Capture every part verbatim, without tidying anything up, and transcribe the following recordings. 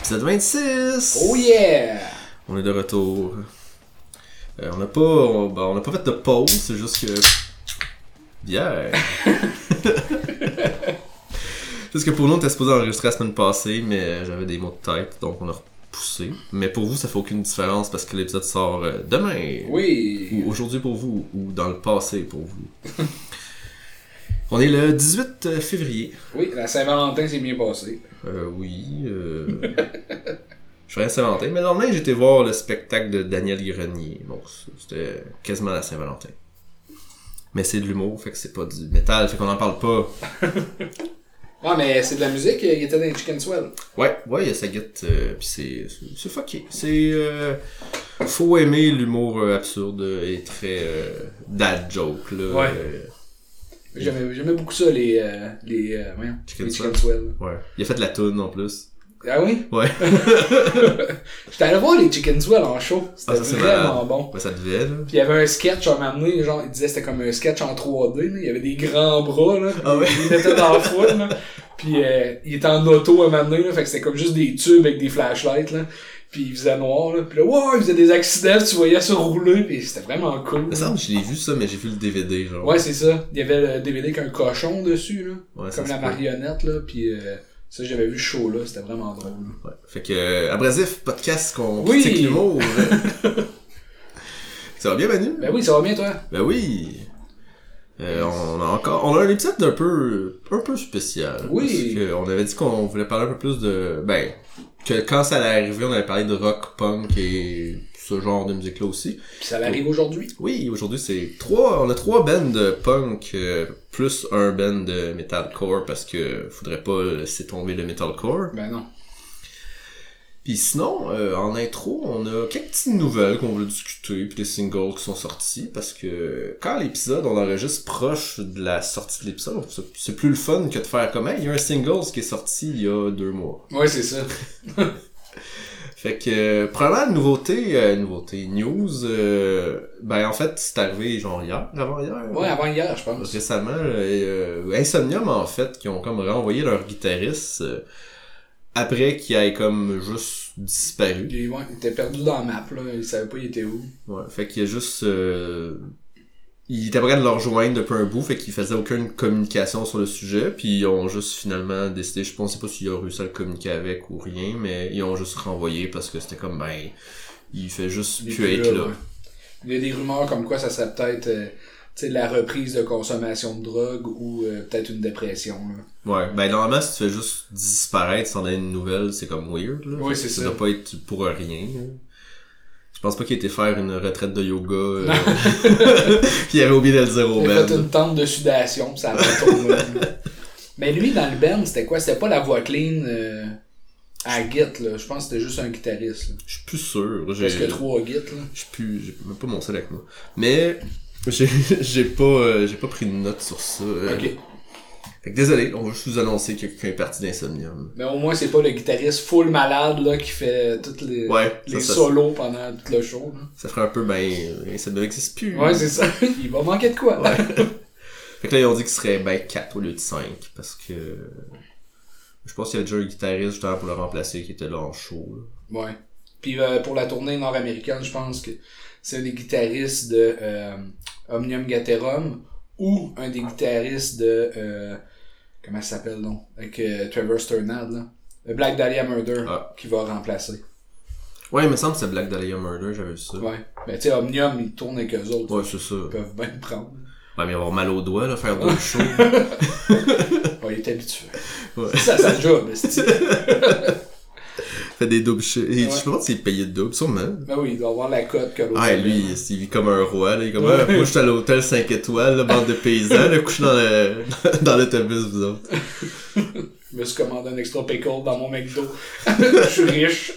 Épisode vingt-six! Oh yeah! On est de retour. Euh, on n'a pas, on, ben, on a pas fait de pause, c'est juste que... Bière! Parce que pour nous, on était supposé enregistrer la semaine passée, mais j'avais des maux de tête, donc on a repoussé. Mais pour vous, ça fait aucune différence parce que l'épisode sort euh, demain! Oui! Ou aujourd'hui pour vous, ou dans le passé pour vous. On est le dix-huit février. Oui, la Saint-Valentin s'est bien passée. Euh, oui. Euh... Je ferais Saint-Valentin. Mais le lendemain, j'étais voir le spectacle de Daniel Grenier. Bon, c'était quasiment la Saint-Valentin. Mais c'est de l'humour, fait que c'est pas du métal, fait qu'on en parle pas. Ouais, mais c'est de la musique, il était dans les Chicken Swell. Ouais, ouais, il y a sa guette, euh, pis c'est, c'est fucké. C'est, euh, faut aimer l'humour euh, absurde et très euh, dad joke, là. Ouais. Euh, J'aimais, j'aimais beaucoup ça, les, euh, les, euh, voyons, Chicken les Chicken Swell. Swell. Ouais. Il a fait de la toune en plus. Ah oui? Ouais. J'étais allé voir les Chicken Swell en show. C'était Ah, ça, c'est vraiment malade. bon. Ouais, ça devait, là. Puis il y avait un sketch à un moment donné, genre, il disait que c'était comme un sketch en trois D, là. Il y avait des grands bras, là. Ah ouais? Il était dans la foule, là. Puis euh, il était en auto à un moment donné, là. Fait que c'était comme juste des tubes avec des flashlights, là. Puis il faisait noir, là. Puis là, wow, il faisait des accidents, tu voyais ça rouler, puis c'était vraiment cool. Il me semble que je l'ai vu ça, mais j'ai vu le D V D, genre. Ouais, c'est ça. Il y avait le D V D avec un cochon dessus, là. Ouais, ça comme se la peut. marionnette, là. Puis euh, ça, j'avais vu ce show-là. C'était vraiment drôle. Ouais. Fait que, euh, Abrasif, podcast qu'on Oui! critique l'humour. Ça va bien, Manu? Ben oui, ça va bien, toi? Ben oui! Euh, on a encore, on a un épisode un peu, un peu spécial. Oui. Parce que on avait dit qu'on voulait parler un peu plus de, ben, que quand ça allait arriver, on avait parlé de rock, punk et ce genre de musique-là aussi. Puis ça arrive aujourd'hui. Oui, aujourd'hui c'est trois, on a trois bands de punk, euh, plus un band de metalcore parce que faudrait pas laisser tomber le metalcore. Ben non. Puis sinon, euh, en intro, on a quelques petites nouvelles qu'on voulait discuter, puis des singles qui sont sortis, parce que quand l'épisode, on enregistre proche de la sortie de l'épisode, c'est- c'est plus le fun que de faire comme, hey, il y a un single qui est sorti il y a deux mois. Ouais, c'est ça. Fait que, euh, première nouveauté, euh, nouveauté, news, euh, ben en fait, c'est arrivé genre hier, avant-hier. Ouais, avant hier, je pense. Récemment, euh, euh, Insomnium, en fait, qui ont comme renvoyé leur guitariste, euh, après qu'il ait comme juste disparu. Il, ouais, il était perdu dans la map, là. Il savait pas il était où. Ouais, fait qu'il y a juste... Euh, il était prêt de leur rejoindre depuis un bout, fait qu'ils faisaient aucune communication sur le sujet, puis ils ont juste finalement décidé, je pense pas s'ils ont réussi à le communiquer avec ou rien, mais ils ont juste renvoyé parce que c'était comme, ben, il fait juste Il est plus plus être là, là. ouais. Il y a des rumeurs comme quoi ça serait peut-être euh, tu sais, la reprise de consommation de drogue ou euh, peut-être une dépression, là. Ouais, ben normalement, si tu fais juste disparaître sans donner une nouvelle, c'est comme weird, là. Oui, Fait que c'est ça. ça. doit pas être pour rien, là. Je pense pas qu'il ait été faire une retraite de yoga, euh, pis il avait oublié de le dire au Il a band. fait une tente de sudation, pis ça a retourné. Mais lui, dans le band, c'était quoi? C'était pas la voix clean euh, à Git, là. Je pense que c'était juste un guitariste, là. Je suis plus sûr. J'ai... Parce que trois Git, là. Je suis plus, j'ai même pas mon sel avec moi. Mais, j'ai, j'ai pas, euh, j'ai pas pris de note sur ça. euh. Ok. Fait que désolé, on va juste vous annoncer que quelqu'un est parti d'Insomnium. Mais au moins, c'est pas le guitariste full malade, là, qui fait toutes les, Ouais, les ça, ça- solos pendant tout le show, là. Ça ferait un peu, ben, euh, Insomnium n'existe plus. Ouais, c'est ça. Il va manquer de quoi. Ouais. Fait que là, ils ont dit qu'il serait, ben, quatre au lieu de cinq. Parce que, je pense qu'il y a déjà un guitariste, justement, pour le remplacer, qui était là en show, là. Ouais. Puis euh, pour la tournée nord-américaine, je pense que c'est un des guitaristes de euh, Omnium Gatherum ou un des guitaristes de euh, comment ça s'appelle donc avec euh, Trevor Sturnad là, le Black Dahlia Murder Ah. qui va remplacer. Ouais, il me semble que c'est Black Dahlia Murder, j'avais vu ça. Ouais. Mais tu sais Omnium ils tournent avec eux autres. Ouais, c'est ça. Ils peuvent bien le prendre. Ouais, mais il va avoir mal aux doigts, là, faire deux shows. Ouais, il est habitué. Ouais. C'est ça sa job, c'est Fait des doubles shows. Et Ouais. je me demande s'il payait de double, sûrement. Ben oui, il doit avoir la cote que l'autre. Ah, lui, il il vit comme un roi, là. Il est comme, ah, moi, je suis à l'hôtel cinq étoiles, là, bande de paysans, là, couché dans le, dans l'autobus, vous autres. Je me suis commandé un extra pickle dans mon McDo. Je suis riche.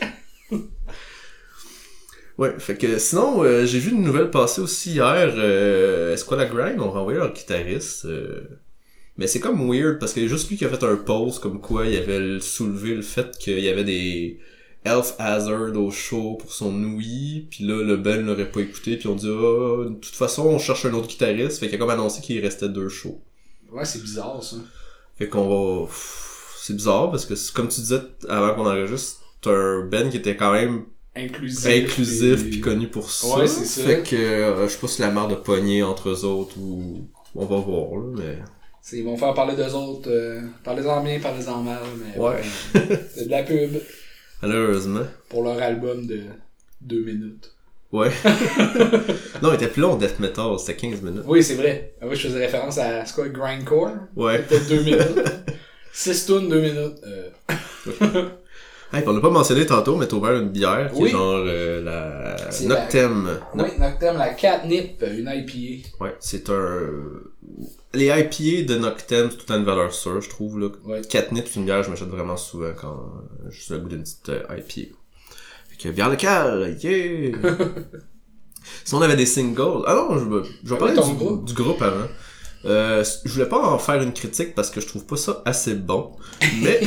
Ouais, fait que, sinon, euh, j'ai vu une nouvelle passer aussi hier, euh, Esquala Grind ont renvoyé leur guitariste, euh, mais c'est comme weird, parce qu'il y a juste lui qui a fait un post, comme quoi il avait soulevé le fait qu'il y avait des health hazard au show pour son ouïe, puis là, le band l'aurait pas écouté, puis on dit, ah, de toute façon, on cherche un autre guitariste, fait qu'il a comme annoncé qu'il restait deux shows. Ouais, c'est bizarre ça. Fait qu'on va... C'est bizarre, parce que comme tu disais avant qu'on enregistre, c'est un band qui était quand même inclusif, inclusif et... puis connu pour ça. Ouais, c'est ça. Fait que euh, je sais pas si la marre de pogner entre eux autres ou on va voir là, mais c'est, ils vont faire parler d'eux autres, euh, parlez-en bien, parlez-en mal, mais ouais. ouais, c'est de la pub. Malheureusement. Pour leur album de deux minutes. Ouais. Non, il était plus long, Death Metal, c'était quinze minutes. Oui, c'est vrai. Ah oui, je faisais référence à, c'est quoi, Grindcore? Ouais. Peut-être deux minutes. six tunes, deux minutes. Euh... Hey, on l'a pas mentionné tantôt, mais t'as ouvert une bière qui oui. est genre euh, la c'est Noctem. La... Oui, Noctem, la Catnip, une I P A. Ouais, c'est un... Les I P A de Noctem, c'est tout à une valeur sûre, je trouve. Là. Ouais. Catnip, c'est une bière que je m'achète vraiment souvent quand je suis à le goût d'une petite euh, I P A. Fait que bière locale, yeah! Si on avait des singles... Ah non, je, je vais parler du groupe. du groupe avant. Euh, je voulais pas en faire une critique parce que je trouve pas ça assez bon. Mais...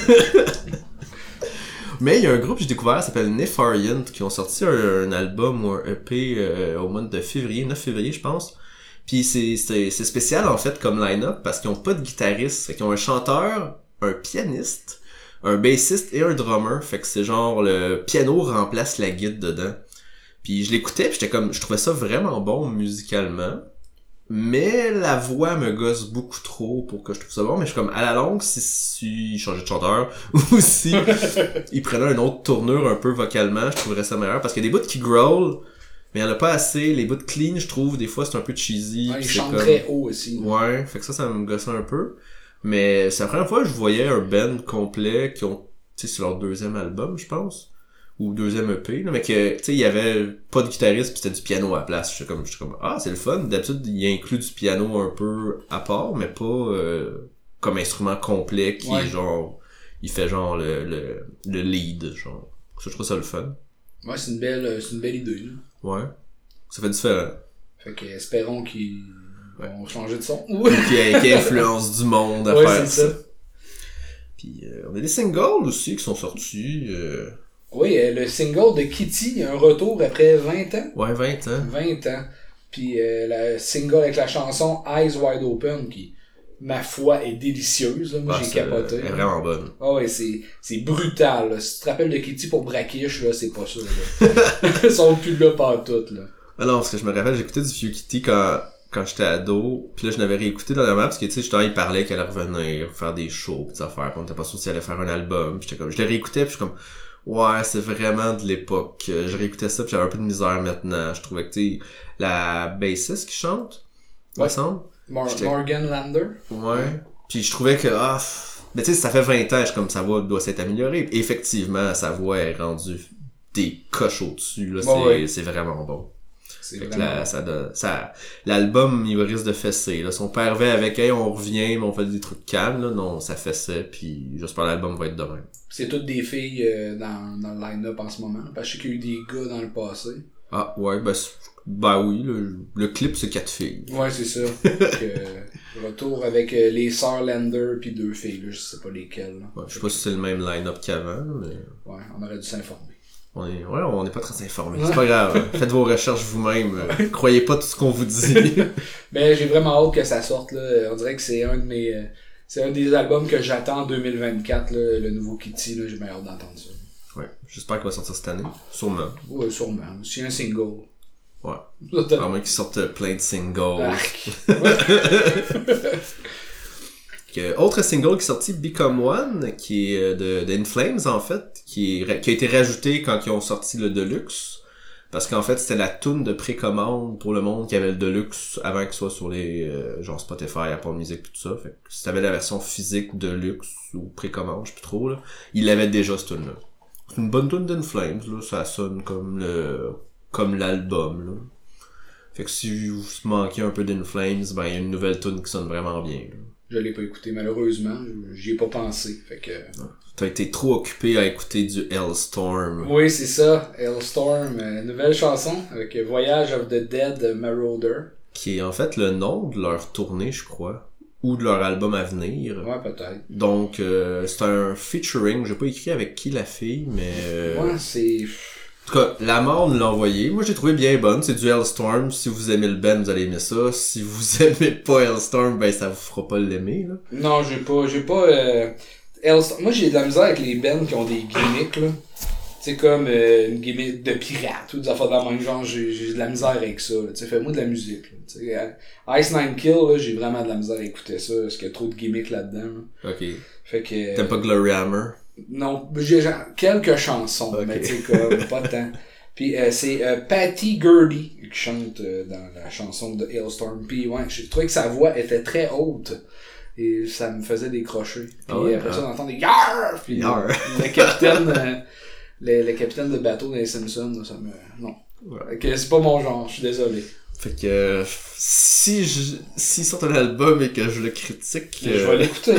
Mais il y a un groupe que j'ai découvert, ça s'appelle Nefariant, qui ont sorti un, un album ou un E P euh, au mois de février, neuf février je pense. Puis c'est, c'est, c'est spécial en fait comme line-up parce qu'ils ont pas de guitariste. Fait qu'ils ont un chanteur, un pianiste, un bassiste et un drummer. Fait que c'est genre le piano remplace la guitare dedans. Puis je l'écoutais pis j'étais comme, je trouvais ça vraiment bon musicalement. Mais la voix me gosse beaucoup trop pour que je trouve ça bon. Mais je suis comme, à la longue, si, si il changeait de chanteur, ou si il prenait une autre tournure un peu vocalement, je trouverais ça meilleur. Parce qu'il y a des bouts qui growl, mais il y en a pas assez. Les bouts clean, je trouve, des fois, c'est un peu cheesy. Ouais, il c'est chante comme... très haut aussi. Ouais, fait que ça, ça me gossait un peu. Mais c'est la première fois que je voyais un band complet qui ont, tu sais, c'est leur deuxième album, je pense. Ou deuxième E P, là, mais que, tu sais, il y avait pas de guitariste pis c'était du piano à la place. J'étais comme, j'étais comme, ah, c'est le fun. D'habitude, il inclut du piano un peu à part, mais pas, euh, comme instrument complet qui ouais. est genre, il fait genre le, le, le lead, genre. Ça, je trouve ça le fun. Ouais, c'est une belle, c'est une belle idée, là. Ouais. Ça fait différent. Fait que, espérons qu'ils ouais. vont changer de son. qui, qui influence du monde à ouais, faire c'est ça. ça. Puis, euh, on a des singles aussi qui sont sortis, euh... Oui, euh, le single de Kitty, un retour après vingt ans. Ouais, vingt ans. vingt ans. Puis euh, le single avec la chanson Eyes Wide Open, qui, ma foi, est délicieuse. Là. Moi, ah, j'ai capoté. Elle est vraiment bonne. Ah ouais, c'est, c'est brutal. Là. Si tu te rappelles de Kitty pour Brackish, là, c'est pas ça. Là. Ils sont plus là pantoute, là. Ah non, parce que je me rappelle, j'écoutais du vieux Kitty quand, quand j'étais ado, pis là, je l'avais réécouté dernièrement, parce que, tu sais, justement, il parlait qu'elle allait revenir, faire des shows, pis des affaires, pis on était pas sûr si elle allait faire un album, pis j'étais comme, je l'ai réécouté, pis je suis comme, ouais, c'est vraiment de l'époque. Je réécoutais ça pis j'avais un peu de misère maintenant. Je trouvais que, tu sais, la bassiste qui chante, il me semble. Mar- Morgan Lander. Ouais. Puis je trouvais que, ah, mais tu sais, ça fait vingt ans, je suis comme, sa voix doit s'être améliorée. Et effectivement, sa voix est rendue des coches au-dessus, là. Bon, c'est, ouais. c'est vraiment bon. C'est fait vraiment que la, bon. ça, donne, ça, l'album, il risque de fesser, là. Son père avait avec, hey, on revient, mais on fait des trucs calmes, là. Non, ça fessait, puis j'espère que l'album va être de même. C'est toutes des filles euh, dans, dans le line-up en ce moment. Parce que je sais qu'il y a eu des gars dans le passé. Ah, ouais, ben, ben oui, le, le clip, c'est quatre filles. Ouais, c'est ça. Donc, euh, retour avec euh, les sœurs Lander puis deux filles, là, je sais pas lesquelles. Ouais, je sais pas si c'est le même line-up qu'avant, mais... Ouais, on aurait dû s'informer. On est, ouais, on n'est pas très informés. C'est pas grave. Faites vos recherches vous-même. Croyez pas tout ce qu'on vous dit. Mais j'ai vraiment hâte que ça sorte, là. On dirait que c'est un de mes, euh, c'est un des albums que j'attends en deux mille vingt-quatre, là, le nouveau Kitty, là. J'ai bien hâte d'entendre ça. Ouais. J'espère qu'il va sortir cette année. Sûrement. Ouais, sûrement. C'est un single. Ouais. À moins qu'ils sortent plein de singles. Que, autre single qui est sorti, Become One, qui est de, de In Flames, en fait, qui, est, qui a été rajouté quand ils ont sorti le Deluxe. Parce qu'en fait, c'était la toune de précommande pour le monde qui avait le Deluxe avant qu'il soit sur les, euh, genre Spotify, Apple Music, tout ça. Fait que si t'avais la version physique Deluxe ou précommande, je sais plus trop, là, il l'avait déjà, cette toune-là. C'est une bonne toune d'In Flames, là, ça sonne comme le, comme l'album, là. Fait que si vous manquez un peu d'In Flames, ben, il y a une nouvelle toune qui sonne vraiment bien, là. Je l'ai pas écouté, malheureusement. J'y ai pas pensé. Fait que... T'as été trop occupé à écouter du Hellstorm. Oui, c'est ça. Hellstorm, euh, nouvelle chanson avec Voyage of the Dead Marauder. Qui est en fait le nom de leur tournée, je crois. Ou de leur album à venir. Ouais, peut-être. Donc, euh, c'est un featuring. J'ai pas écrit avec qui la fille, mais... Euh... Ouais, c'est... En tout cas, la mort nous l'a envoyé. Moi, j'ai trouvé bien bonne. C'est du Hellstorm. Si vous aimez le band, vous allez aimer ça. Si vous aimez pas Hellstorm, ben, ça vous fera pas l'aimer, là. Non, j'ai pas, j'ai pas, euh... Hailstorm, moi j'ai de la misère avec les bands qui ont des gimmicks, là. Tu sais, comme euh, une gimmick de pirate ou des affaires dans le même genre, j'ai, j'ai de la misère avec ça, là. Tu sais, fais-moi de la musique, là. Tu sais, euh, Ice Nine Kill, là, j'ai vraiment de la misère à écouter ça, parce qu'il y a trop de gimmicks là-dedans, là. Ok. Fait que... T'aimes pas Glory Hammer? Non, j'ai genre quelques chansons, okay. mais tu sais, comme, pas tant. Puis euh, c'est euh, Patty Gurdy qui chante euh, dans la chanson de Hailstorm. Puis ouais, je trouvais que sa voix était très haute. Et ça me faisait décrocher. Puis ah ouais, après ah. ça, on entend des Yarr! Puis Yarr! Le, le capitaine euh, le, le capitaine de bateau dans les Simpsons, ça me... Non. Ouais. Que c'est pas mon genre, je suis désolé. Fait que euh, si je s'il sort un album et que je le critique... Euh... Je vais l'écouter.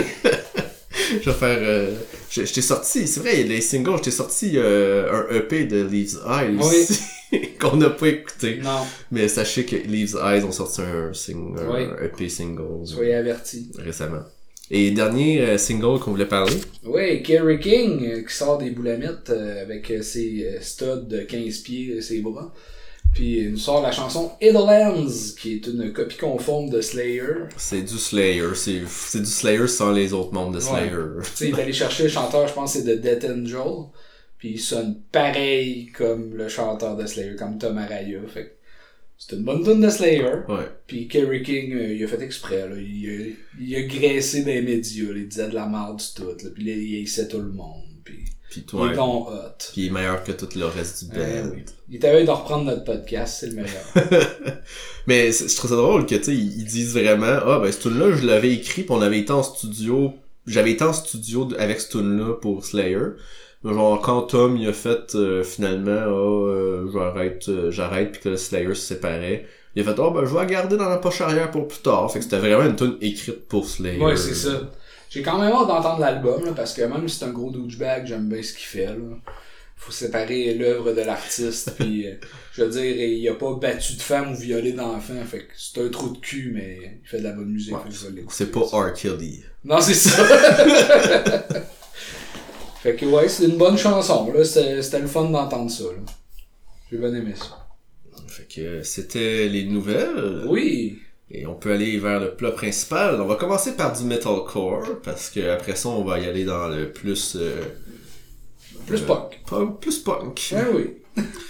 Je vais faire... Euh, je, je t'ai sorti, c'est vrai, les singles, je t'ai sorti euh, un E P de Leaves Eyes oui. qu'on n'a pas écouté. Non. Mais sachez que Leaves Eyes ont sorti un, sing, oui. un E P single. Soyez avertis. Récemment. Et dernier euh, single qu'on voulait parler. Oui, Kerry King euh, qui sort des boulamites euh, avec euh, ses euh, studs de quinze pieds et ses bras. Puis il nous sort la chanson Idlelands, qui est une copie conforme de Slayer. C'est du Slayer, c'est, c'est du Slayer sans les autres membres de Slayer. Ouais. Tu sais, il est allé chercher le chanteur, je pense que c'est de Death Angel, puis il sonne pareil comme le chanteur de Slayer, comme Tom Araya. Fait que c'est une bonne tune de Slayer. Ouais. Puis Kerry King, euh, il a fait exprès, là. Il, a, il a graissé dans les médias, là. Il disait de la merde du tout, là. Puis là, il haïssait tout le monde. Puis Puis toi, il est donc hot. Puis il est meilleur que tout le reste du band. Euh, oui. Il est à veille de reprendre notre podcast, c'est le meilleur. Mais je trouve ça drôle que, tu sais, ils, ils disent vraiment, ah, ben, ce tune-là, je l'avais écrit, pis on avait été en studio, j'avais été en studio avec ce tune-là pour Slayer. Mais genre, quand Tom, il a fait, euh, finalement, ah, euh, j'arrête, euh, j'arrête, pis que le Slayer se séparait, il a fait, ah, oh, ben, je vais la garder dans la poche arrière pour plus tard. Fait que c'était vraiment une tune écrite pour Slayer. Ouais, c'est ça. J'ai quand même hâte d'entendre l'album, là, parce que même si c'est un gros douchebag, j'aime bien ce qu'il fait, là. Faut séparer l'œuvre de l'artiste, pis euh, je veux dire, il a pas battu de femme ou violé d'enfant, fait que c'est un trou de cul, mais il fait de la bonne musique. Ouais, fait que c'est pas R. Kelly. Non, c'est ça. Fait que ouais, c'est une bonne chanson, là, c'était, c'était le fun d'entendre ça, là. J'ai bien aimé ça. Fait que c'était les nouvelles. Oui. Et on peut aller vers le plat principal. On va commencer par du metalcore, parce que après ça, on va y aller dans le plus... Euh, plus euh, punk. Pas, plus punk. Ah oui.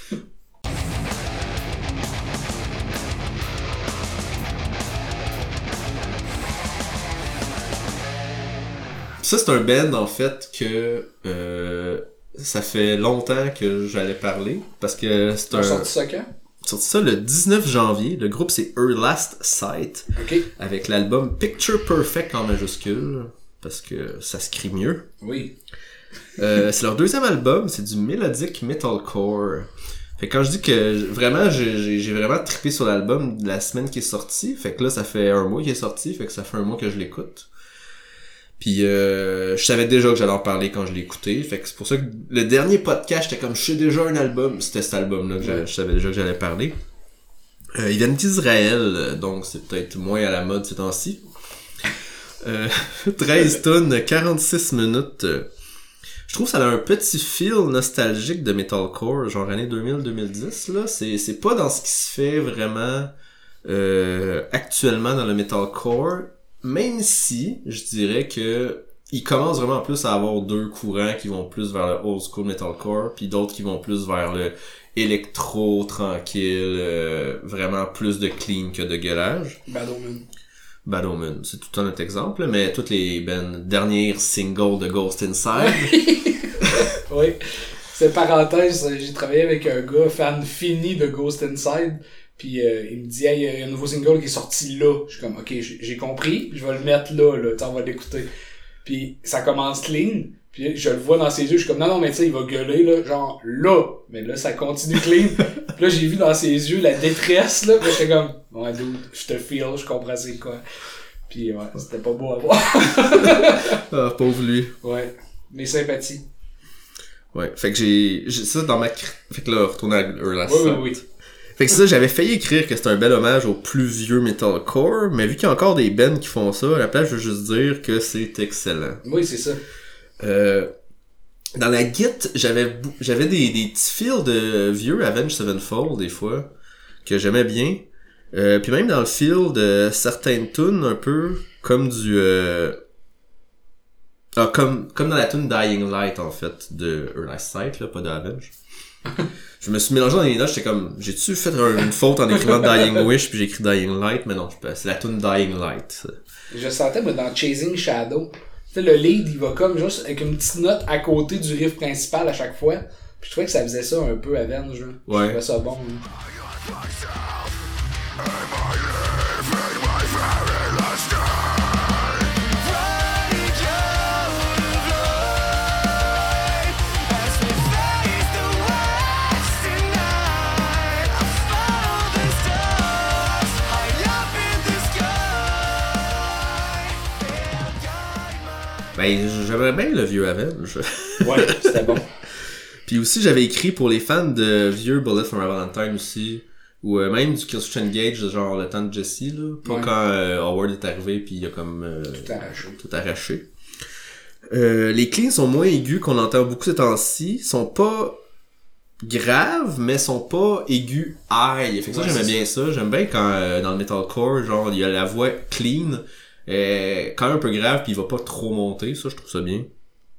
Ça, c'est un band, en fait, que euh, ça fait longtemps que j'allais parler, parce que c'est un... sorti ça quand? Sorti ça le dix-neuf janvier. Le groupe, c'est Her Last Sight. Okay. Avec l'album Picture Perfect en majuscule, parce que ça se crie mieux. Oui. Euh, c'est leur deuxième album, c'est du melodic metalcore. Fait que quand je dis que vraiment j'ai, j'ai, j'ai vraiment trippé sur l'album de la semaine qui est sorti, fait que là ça fait un mois qu'il est sorti, fait que ça fait un mois que je l'écoute. Puis euh, je savais déjà que j'allais en parler quand je l'ai écouté, fait que c'est pour ça que le dernier podcast j'étais comme je sais déjà un album, c'était cet album là que ouais. je savais déjà que j'allais parler. Euh, ils viennent d'Israël, donc c'est peut-être moins à la mode ces temps-ci. Euh, treize tonnes, quarante-six minutes. Je trouve que ça a un petit feel nostalgique de metalcore, genre année deux mille deux mille dix là. C'est c'est pas dans ce qui se fait vraiment euh, actuellement dans le metalcore, même si je dirais que il commence vraiment plus à avoir deux courants qui vont plus vers le old school metalcore, puis d'autres qui vont plus vers le électro tranquille, euh, vraiment plus de clean que de gueulage. Bad Omen. Bad Omen, c'est tout un autre exemple, mais toutes les ben, dernières singles de Ghost Inside. Oui. C'est parenthèse, j'ai travaillé avec un gars fan fini de Ghost Inside, puis euh, il me dit hey, il y a un nouveau single qui est sorti là. Je suis comme ok, j'ai, j'ai compris, je vais le mettre là, là, on va l'écouter. Puis ça commence clean, puis je le vois dans ses yeux, je suis comme non non mais tu sais il va gueuler là, genre là, mais là ça continue clean. Puis là j'ai vu dans ses yeux la détresse là, puis j'étais comme ouais dude, je te feel, je comprends c'est quoi. Puis ouais, c'était pas beau à voir. Ah pauvre lui. Ouais, mes sympathies. Ouais, fait que j'ai, j'ai ça dans ma fait que là retourner à Her Last Sight. Oui oui oui. Fait que ça, j'avais failli écrire que c'est un bel hommage au plus vieux metalcore, mais vu qu'il y a encore des bands qui font ça, à la place, je veux juste dire que c'est excellent. Oui, c'est ça. Euh, dans la Git, j'avais j'avais des, des petits fils de vieux Avenged Sevenfold, des fois, que j'aimais bien. Euh, puis même dans le feel de certaines tunes, un peu comme du... Euh, Ah, comme, comme dans la tune Dying Light, en fait, de Early Sight, là, pas de Avenge. Je me suis mélangé dans les notes, j'étais comme, j'ai-tu fait un, une faute en écrivant Dying Wish, puis j'ai écrit Dying Light, mais non, c'est la tune Dying Light. Je sentais, moi, dans Chasing Shadow, tu sais, le lead, il va comme juste avec une petite note à côté du riff principal à chaque fois. Puis je trouvais que ça faisait ça un peu Avenge, là. Ouais. Je trouvais ça bon, là. Ben, j'aimerais bien le vieux Avenge. Ouais, c'était bon. Puis aussi, j'avais écrit pour les fans de vieux Bullet for My Valentine aussi, ou euh, même du Killswitch Engage, genre le temps de Jesse, là. Pas Ouais. quand euh, Howard est arrivé, puis il a comme... Euh, Tout arraché. Tout arraché. Euh, les cleans sont moins aigus qu'on entend beaucoup ces temps-ci. Sont pas graves, mais sont pas aigus high. Fait que ça, Ouais, j'aimais c'est bien ça. J'aime bien quand euh, dans le metalcore, genre, il y a la voix clean, euh, quand même un peu grave, puis il va pas trop monter. Ça, je trouve ça bien.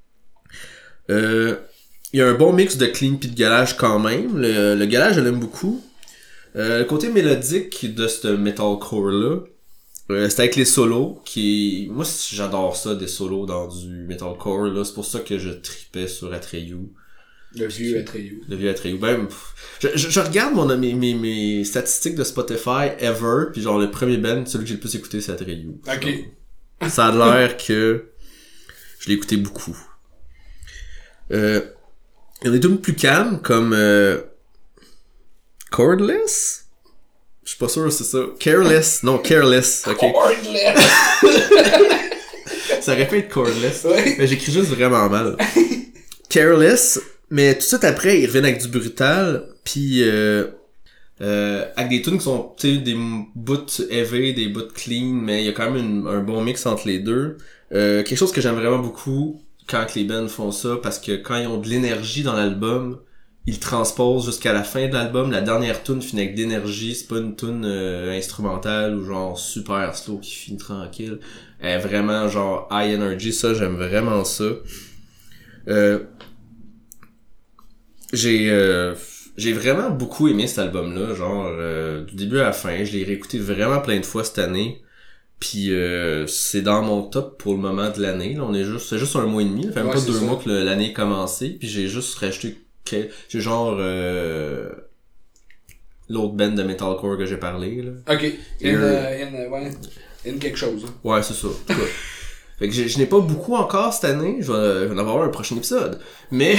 Euh... Il y a un bon mix de clean pis de galage quand même. Le, le galage, je l'aime beaucoup. Euh, le côté mélodique de ce metalcore-là, euh, c'est avec les solos, qui... Moi, j'adore ça, des solos dans du metalcore, là. C'est pour ça que je tripais sur Atreyu. Le vieux Atreyu. Le vieux Atreyu. Ben, pff, je, je, je regarde mon, mes, mes, mes statistiques de Spotify ever, puis genre, le premier band, celui que j'ai le plus écouté, c'est Atreyu. Ok. Donc, ça a l'air que je l'ai écouté beaucoup. Euh... Il y en a des tunes plus calmes, comme euh, Cordless? Je suis pas sûr c'est ça. Careless? Non, Careless. Okay. Cordless! Ça aurait pu être Cordless. Ouais. Mais j'écris juste vraiment mal. Careless, mais tout de suite après, ils reviennent avec du brutal, puis euh, euh, avec des tunes qui sont, tu sais, des bouts heavy, des bouts clean, mais il y a quand même une, un bon mix entre les deux. Euh, quelque chose que j'aime vraiment beaucoup quand les bands font ça, parce que quand ils ont de l'énergie dans l'album, ils transposent jusqu'à la fin de l'album. La dernière tune finit avec d'énergie, c'est pas une tune euh, instrumentale ou genre super slow qui finit tranquille. Elle est vraiment genre high energy, ça j'aime vraiment ça. Euh, j'ai euh, j'ai vraiment beaucoup aimé cet album-là, genre euh, du début à la fin. Je l'ai réécouté vraiment plein de fois cette année. Puis euh, c'est dans mon top pour le moment de l'année. Là, on est juste, c'est juste un mois et demi. Ça fait même Ouais, pas c'est deux ça. mois que le- l'année est commencée. Puis j'ai juste rajouté, que- j'ai genre euh, l'autre band de metalcore que j'ai parlé là. Ok. In, Here. euh, in, euh, ouais. In quelque chose. hein. Ouais, c'est ça. En tout cas. Fait que j'ai- je n'ai pas beaucoup encore cette année. Je vais, je vais en avoir un prochain épisode. Mais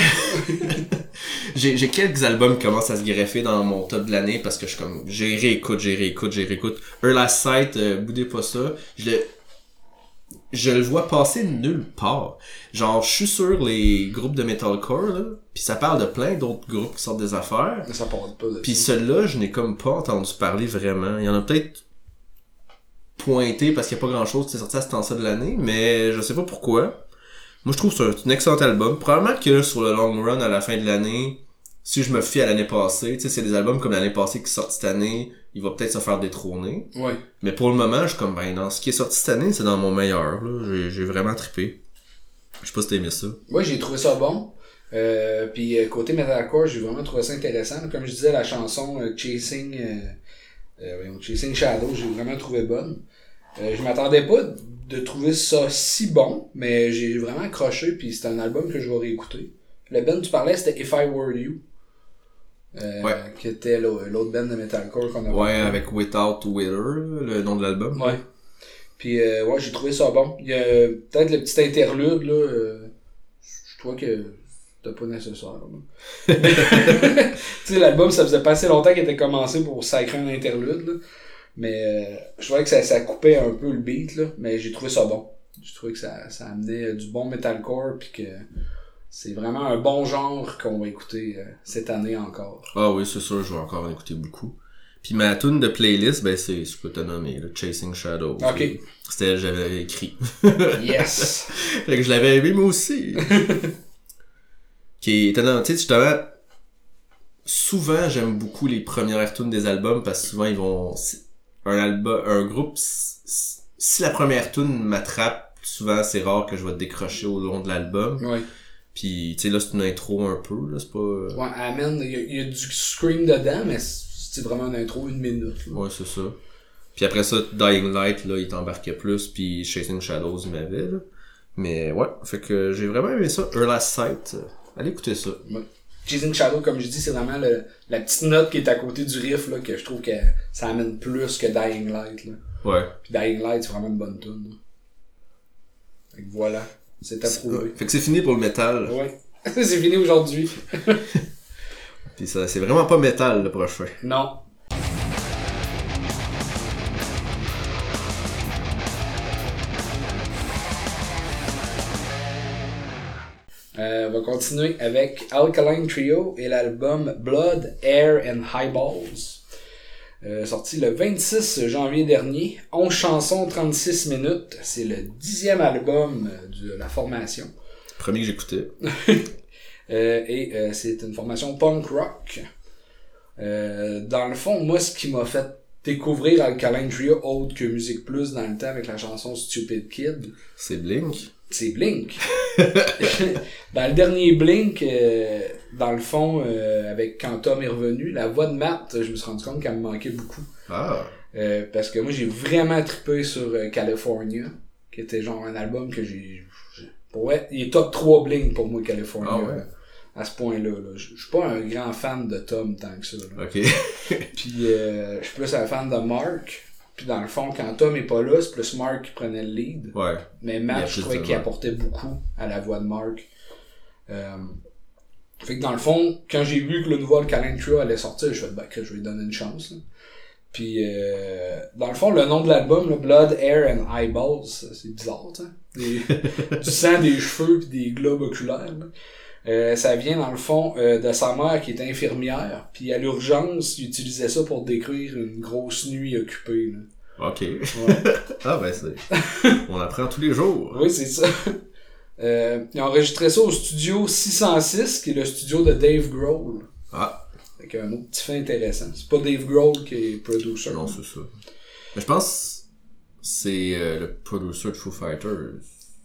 j'ai, j'ai quelques albums qui commencent à se greffer dans mon top de l'année parce que je suis comme, j'ai réécoute, j'ai réécoute, j'ai réécoute. Early Sight, euh, boudez pas ça. Je le, je le vois passer nulle part. Genre, je suis sur les groupes de metalcore, là, pis ça parle de plein d'autres groupes qui sortent des affaires. Mais ça parle pas de Pis ça. celui-là, je n'ai comme pas entendu parler vraiment. Il y en a peut-être pointé parce qu'il n'y a pas grand-chose qui est sorti à ce temps-là de l'année, mais je sais pas pourquoi. Moi, je trouve que c'est un excellent album. Probablement que sur le long run, à la fin de l'année, si je me fie à l'année passée, tu sais, c'est des albums comme l'année passée qui sortent cette année, il va peut-être se faire détrôner. Ouais. Mais pour le moment, je suis comme, ben, dans ce qui est sorti cette année, c'est dans mon meilleur, là. J'ai, j'ai vraiment trippé. Je sais pas si t'as aimé ça. Ouais, j'ai trouvé ça bon. Euh, puis euh, côté metalcore, j'ai vraiment trouvé ça intéressant. Comme je disais, la chanson euh, Chasing euh, euh, voyons, Chasing Shadow, j'ai vraiment trouvé bonne. Euh, je m'attendais pas de trouver ça si bon, mais j'ai vraiment accroché, puis c'est un album que je vais réécouter. Le band tu parlais, c'était If I Were You. Euh, Ouais. Qui était l'au- l'autre band de metalcore qu'on a Ouais, avec Without Wither, le nom de l'album. Ouais. Puis euh, ouais, j'ai trouvé ça bon. Il y a peut-être le petit interlude là, euh, je trouvais que c'était pas nécessaire. là. Tu sais, l'album ça faisait pas assez longtemps qu'il était commencé pour sacrer un interlude là. Mais euh, je trouvais que ça, ça coupait un peu le beat là, mais j'ai trouvé ça bon. J'ai trouvé que ça, ça amenait euh, du bon metalcore puis que c'est vraiment un bon genre qu'on va écouter euh, cette année encore. Ah oui, c'est sûr, je vais encore en écouter beaucoup. Puis ma tune de playlist, ben c'est ce que t'as nommé, le Chasing Shadow. Ok. C'était, j'avais écrit. Yes! Fait que je l'avais aimé moi aussi. Qui est étonnant, tu sais, justement, souvent j'aime beaucoup les premières tunes des albums parce que souvent ils vont, un album, un groupe, si la première tune m'attrape souvent, c'est rare que je vais décrocher au long de l'album. Ouais. Puis, tu sais, là, c'est une intro un peu, là, c'est pas... Euh... Ouais, Amen, il y, a, il y a du scream dedans, mais c'est vraiment une intro, une minute. Là. Ouais, c'est ça. Puis après ça, Dying Light, là, il t'embarquait plus, puis Chasing Shadows, il m'avait, là. Mais ouais, fait que j'ai vraiment aimé ça. Her Last Sight, allez écouter ça. Ouais. Chasing Shadow, comme je dis, c'est vraiment le, la petite note qui est à côté du riff, là, que je trouve que ça amène plus que Dying Light, là. Ouais. Puis Dying Light, c'est vraiment une bonne tune, là. Fait que voilà, c'est approuvé. Fait que c'est fini pour le métal. Ouais. C'est fini aujourd'hui. Puis ça, c'est vraiment pas métal, le prochain. Non. Euh, on va continuer avec Alkaline Trio et l'album Blood, Air and Highballs. Euh, sorti le vingt-six janvier dernier. onze chansons, trente-six minutes. C'est le dixième album de la formation. Premier que j'écoutais. euh, et euh, c'est une formation punk rock. Euh, dans le fond, moi, ce qui m'a fait découvrir Alkaline Trio autre que Musique Plus dans le temps avec la chanson Stupid Kid, c'est Blink. C'est Blink. Dans le dernier Blink, euh, dans le fond, euh, avec quand Tom est revenu, la voix de Matt, je me suis rendu compte qu'elle me manquait beaucoup. Ah. Euh, parce que moi, j'ai vraiment trippé sur euh, California, qui était genre un album que j'ai... Pour ouais, il est top trois Blink pour moi, California. Ah ouais. À ce point-là. Là. Je suis pas un grand fan de Tom tant que ça. Là. Ok. Puis euh, je suis plus un fan de Mark. Puis dans le fond, quand Tom est pas là, c'est plus Mark qui prenait le lead. Ouais. Mais Matt, je trouvais qu'il apportait beaucoup à la voix de Mark. Euh... Fait que dans le fond, quand j'ai vu que le nouveau Alkaline Trio allait sortir, je me suis dit, bah, que je vais lui donner une chance. Là. Puis euh... dans le fond, le nom de l'album, là, Blood, Air and Eyeballs, c'est bizarre, tu sais. Des... du sang, des cheveux pis des globes oculaires. Là. Euh, ça vient dans le fond euh, de sa mère qui était infirmière, puis à l'urgence, il utilisait ça pour décrire une grosse nuit occupée. Là. Ok. Ouais. Ah ben c'est... On apprend tous les jours. Oui, c'est ça. Euh, il a enregistré ça au studio six cent six, qui est le studio de Dave Grohl. Ah. Avec un autre petit fait intéressant. C'est pas Dave Grohl qui est producer. Non, c'est ça. Mais je pense que c'est euh, le producer de Foo Fighters.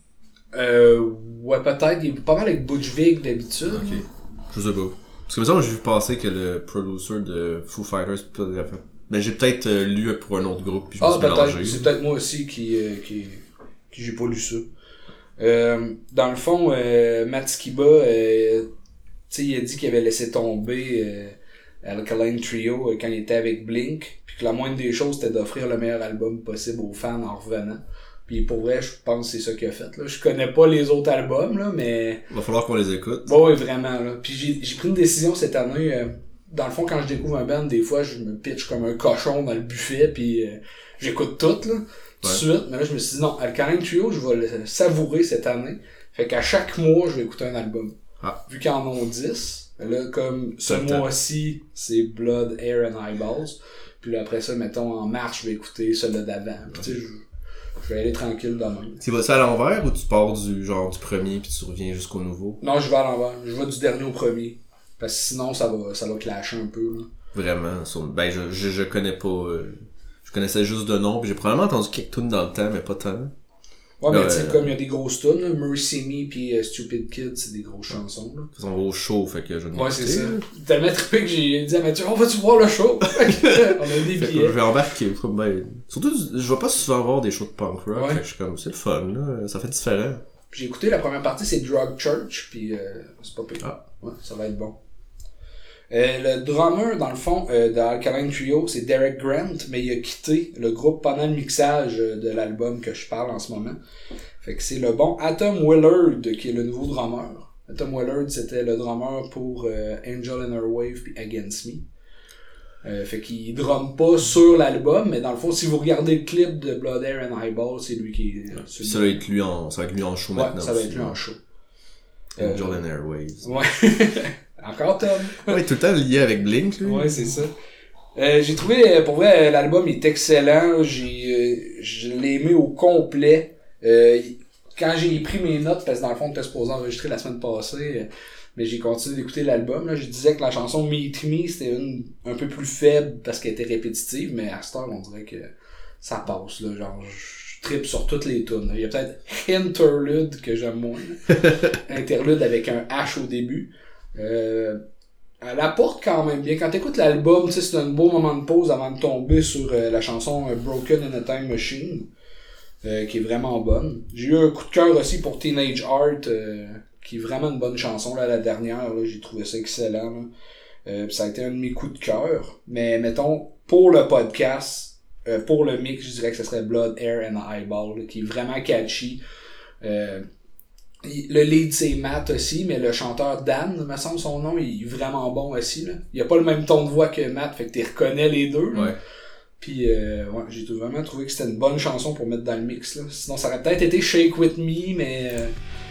Euh, ouais, peut-être. Il est pas mal avec Butch Vig d'habitude. Ok. Je sais pas. Parce que, exemple, j'ai vu passer que le producer de Foo Fighters, mais j'ai peut-être euh, lu pour un autre groupe, puis je me ah, suis peut-être. mélangé. C'est peut-être moi aussi qui, euh, qui, qui j'ai pas lu ça. Euh, dans le fond, euh, Matt Skiba, euh, tu sais, il a dit qu'il avait laissé tomber euh, Alkaline Trio euh, quand il était avec Blink, puis que la moindre des choses, c'était d'offrir le meilleur album possible aux fans en revenant. Puis pour vrai, je pense que c'est ça qu'il a fait. Là. Je connais pas les autres albums, là, mais... Va falloir qu'on les écoute. Bon, oui, vraiment. Là. Puis j'ai, j'ai pris une décision cette année. Euh, dans le fond, quand je découvre un band, des fois, je me pitch comme un cochon dans le buffet, puis euh, j'écoute tout, là, tout de suite. Mais là, je me suis dit, non, Alkaline Trio, je vais le savourer cette année. Fait qu'à chaque mois, je vais écouter un album. Ah. Vu qu'ils en ont dix, là, comme ce mois-ci, c'est Blood, Air and Eyeballs. Puis là, après ça, mettons, en mars, je vais écouter celui d'avant. Puis tu sais, je... Je vais aller tranquille demain. Tu vas-tu à l'envers ou tu pars du genre du premier puis tu reviens jusqu'au nouveau? Non, je vais à l'envers. Je vais du dernier au premier. Parce que sinon, ça va, ça va clasher un peu. Là. Vraiment. Sur... Ben, je, je, je connais pas... Euh... Je connaissais juste de nom puis j'ai probablement entendu quelques tunes dans le temps, mais pas tant. Ouais, mais là, tu sais, euh... comme il y a des grosses tunes, là, Mercy Me pis uh, Stupid Kid, c'est des grosses chansons. Là. Ils sont au show, fait que je ne Ouais, c'est ça. Tellement trippé que j'ai dit à Mathieu, on va-tu voir le show? On a des billets. Je vais embarquer. Ben... Surtout, je vais pas souvent voir des shows de punk rock. Ouais. Fait que je suis comme, c'est le fun, là. Ça fait différent. J'ai écouté la première partie, c'est Drug Church, pis euh, c'est pas pire. Ah. Ouais, ça va être bon. Euh, le drummer, dans le fond, euh, de Alkaline Trio, c'est Derek Grant, mais il a quitté le groupe pendant le mixage de l'album que je parle en ce moment. Fait que c'est le bon Atom Willard qui est le nouveau drummer. Atom Willard, c'était le drummer pour euh, Angel in Her Wave puis Against Me. Euh, fait qu'il drumme pas sur l'album, mais dans le fond, si vous regardez le clip de Blood, Air and Eyeball, c'est lui qui est... Euh, ça, va être lui en, ça va être lui en show ouais, maintenant. ça va être lui en show. Angel euh, in Airways. Ouais. Encore Tom. Ouais, tout le temps lié avec Blink, lui. Ouais, c'est ça. Euh, j'ai trouvé, pour vrai, l'album est excellent. J'ai, euh, je l'ai aimé au complet. Euh, quand j'ai pris mes notes, parce que dans le fond, on était supposé enregistrer la semaine passée, euh, mais j'ai continué d'écouter l'album. Là, je disais que la chanson Meet Me, c'était une un peu plus faible parce qu'elle était répétitive, mais à cette heure, on dirait que ça passe. Là, genre, je trippe sur toutes les tunes. Il y a peut-être Interlude que j'aime moins. Interlude avec un H au début. Euh, elle apporte quand même bien. Quand t'écoutes l'album, tu sais, c'est un beau moment de pause avant de tomber sur euh, la chanson Broken in a Time Machine, euh, qui est vraiment bonne. J'ai eu un coup de cœur aussi pour Teenage Art, euh, qui est vraiment une bonne chanson, là, la dernière, là, j'ai trouvé ça excellent, là. Euh, ça a été un de mes coups de cœur. Mais mettons, pour le podcast, euh, pour le mix, je dirais que ce serait Blood, Air and Eyeball, là, qui est vraiment catchy. Euh, le lead c'est Matt aussi, mais le chanteur Dan, me semble son nom, il est vraiment bon aussi. Là. Il a pas le même ton de voix que Matt, fait que tu reconnais les deux. Là. Ouais. Puis euh, ouais, j'ai vraiment trouvé que c'était une bonne chanson pour mettre dans le mix. Là. Sinon ça aurait peut-être été Shake With Me, mais... Euh,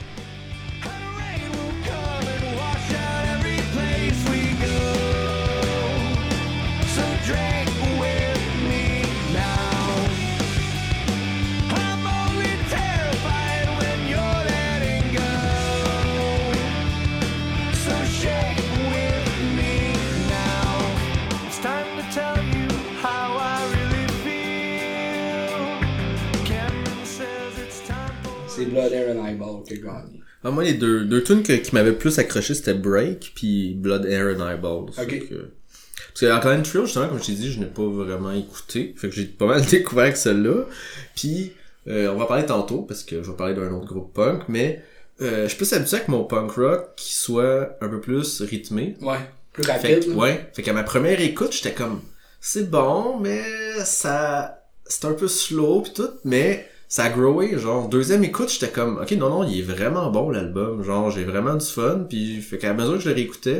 c'est Blood, Air and Eyeball qui a gagné. Ah, moi, les deux, deux tunes que, qui m'avaient plus accroché, c'était Break puis Blood, Air and Eyeball. Ok. Que... Parce que Alkaline Trio, justement, comme je t'ai dit, je n'ai pas vraiment écouté. Fait que j'ai pas mal découvert que celle-là. Puis, euh, on va parler tantôt, parce que je vais parler d'un autre groupe punk, mais euh, je suis plus habitué avec mon punk rock qui soit un peu plus rythmé. Ouais, plus rapide. Fait que, ouais. Fait qu'à ma première écoute, j'étais comme, c'est bon, mais ça, c'est un peu slow pis tout, mais ça a growé, genre, deuxième écoute, j'étais comme, ok, non, non, il est vraiment bon, l'album, genre, j'ai vraiment du fun, puis fait qu'à mesure que je le réécoutais,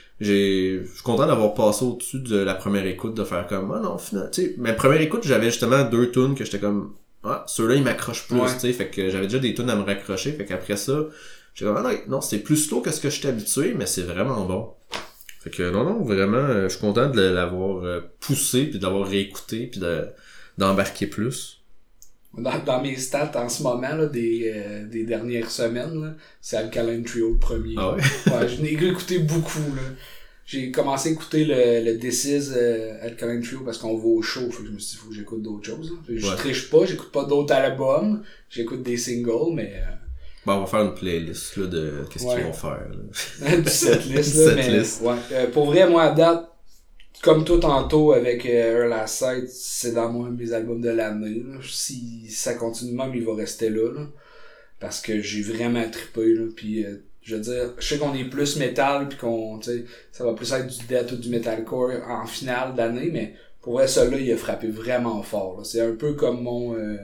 j'ai, je suis content d'avoir passé au-dessus de la première écoute, de faire comme, ah non, finalement, tu sais, ma première écoute, j'avais justement deux tunes que j'étais comme, ah, ceux-là, ils m'accrochent plus, ouais. tu sais, fait que j'avais déjà des tunes à me raccrocher, fait qu'après ça, j'étais comme, ah non, non, c'est plus slow que ce que j'étais habitué, mais c'est vraiment bon. Fait que, non, non, vraiment, je suis content de l'avoir poussé, puis de l'avoir réécouté, puis de, d'embarquer plus. Dans, dans mes stats en ce moment, là, des, euh, des dernières semaines, là, c'est Alkaline Trio le premier. Ah ouais? Ouais, je n'ai écouté beaucoup, là. J'ai commencé à écouter le, le This Is euh, Alkaline Trio parce qu'on va au show, fait que je me suis dit, faut que j'écoute d'autres choses, là. Je ouais. triche pas, j'écoute pas d'autres albums, j'écoute des singles, mais... Euh... Bon, on va faire une playlist, là, de qu'est-ce ouais. qu'ils vont faire, là. Du setlist, là, mais... List. Ouais. Euh, pour vrai, moi, à date, comme toi tantôt avec euh, Her Last Sight, c'est dans moi mes albums de l'année. Là. Si ça continue même, il va rester là. là parce que j'ai vraiment trippé. Là. Puis, euh, je veux dire, je sais qu'on est plus métal, puis qu'on, tu sais, ça va plus être du death ou du metalcore en finale d'année, mais pour vrai, celui-là, il a frappé vraiment fort. Là. C'est un peu comme mon, euh,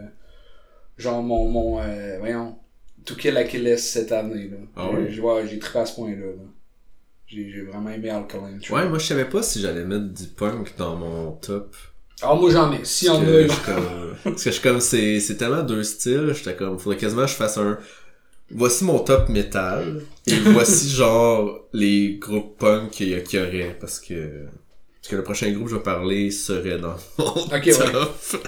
genre mon, mon, euh, voyons, To Kill Achilles cette année. Là. Ah ouais? J'ai, ouais, j'ai trippé à ce point-là. là. J'ai, j'ai vraiment aimé Alkaline Trio. Ouais, moi je savais pas si j'allais mettre du punk dans mon top. Ah, moi j'en mets. Si on a. Comme... Parce que je suis comme, c'est, c'est tellement deux styles, j'étais comme, faudrait quasiment que je fasse un. Voici mon top métal, et voici genre les groupes punk qu'il y, qu'il y aurait, parce que. Parce que le prochain groupe que je vais parler serait dans mon okay, top. Ouais.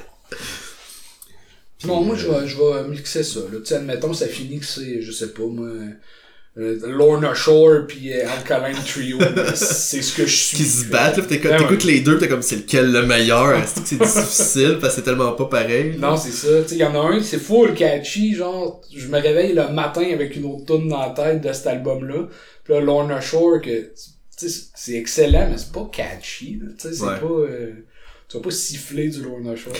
Puis, bon, moi je vais, je vais mixer ça. Tu sais, admettons, ça finit que c'est, je sais pas, moi. Euh, Lorna Shore pis euh, Alkaline Trio, c'est ce que je suis. Qui se battent, là, pis t'écoutes, t'écoutes les deux, t'es comme c'est lequel le meilleur, c'est que c'est difficile parce que c'est tellement pas pareil. Non, c'est ça, tu sais, y'en a un, c'est full catchy, genre, je me réveille le matin avec une autre tune dans la tête de cet album-là, pis là, Lorna Shore, que, tu sais, c'est excellent, mais c'est pas catchy, tu sais, c'est ouais. pas, euh, tu vas pas siffler du Lorna Shore,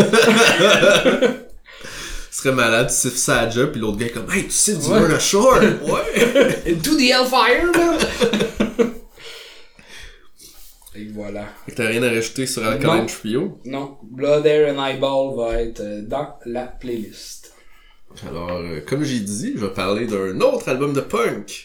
Ce serait malade, tu siffles ça à job, pis l'autre gars est comme, hey, tu siffles du Lorna Shore! Ouais! Into the Hellfire, man! Et voilà. Et t'as rien à rajouter sur Alkaline Trio? Non. Blood, Air and Eyeball va être dans la playlist. Alors, euh, comme j'ai dit, je vais parler d'un autre album de punk.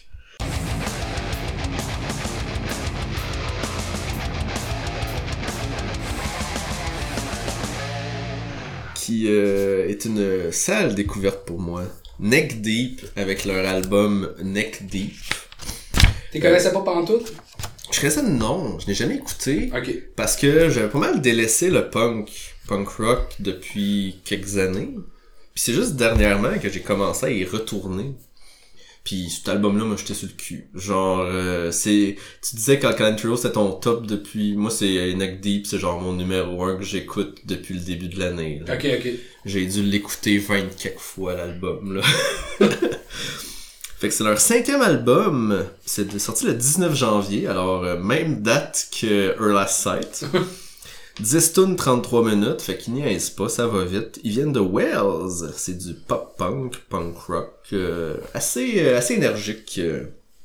Qui euh, est une sale découverte pour moi. Neck Deep avec leur album Neck Deep. T'es connaissais euh, pas pantoute? Je connaissais non, je n'ai jamais écouté. Ok. Parce que j'avais pas mal délaissé le punk, punk rock depuis quelques années. Puis c'est juste dernièrement que j'ai commencé à y retourner. Puis cet album-là m'a jeté sur le cul. Genre, euh, c'est... Tu disais qu'Alkaline Trio, c'est ton top depuis... Moi, c'est Neck Deep, c'est genre mon numéro un que j'écoute depuis le début de l'année. Là. Ok, ok. J'ai dû l'écouter vingt quelques fois, l'album, là. Fait que c'est leur cinquième album. C'est sorti le dix-neuf janvier, alors euh, même date que Her Last Sight. dix tunes, trente-trois minutes, fait qu'ils n'y aisent pas, ça va vite. Ils viennent de Wales, c'est du pop-punk, punk rock, euh, assez euh, assez énergique. Euh.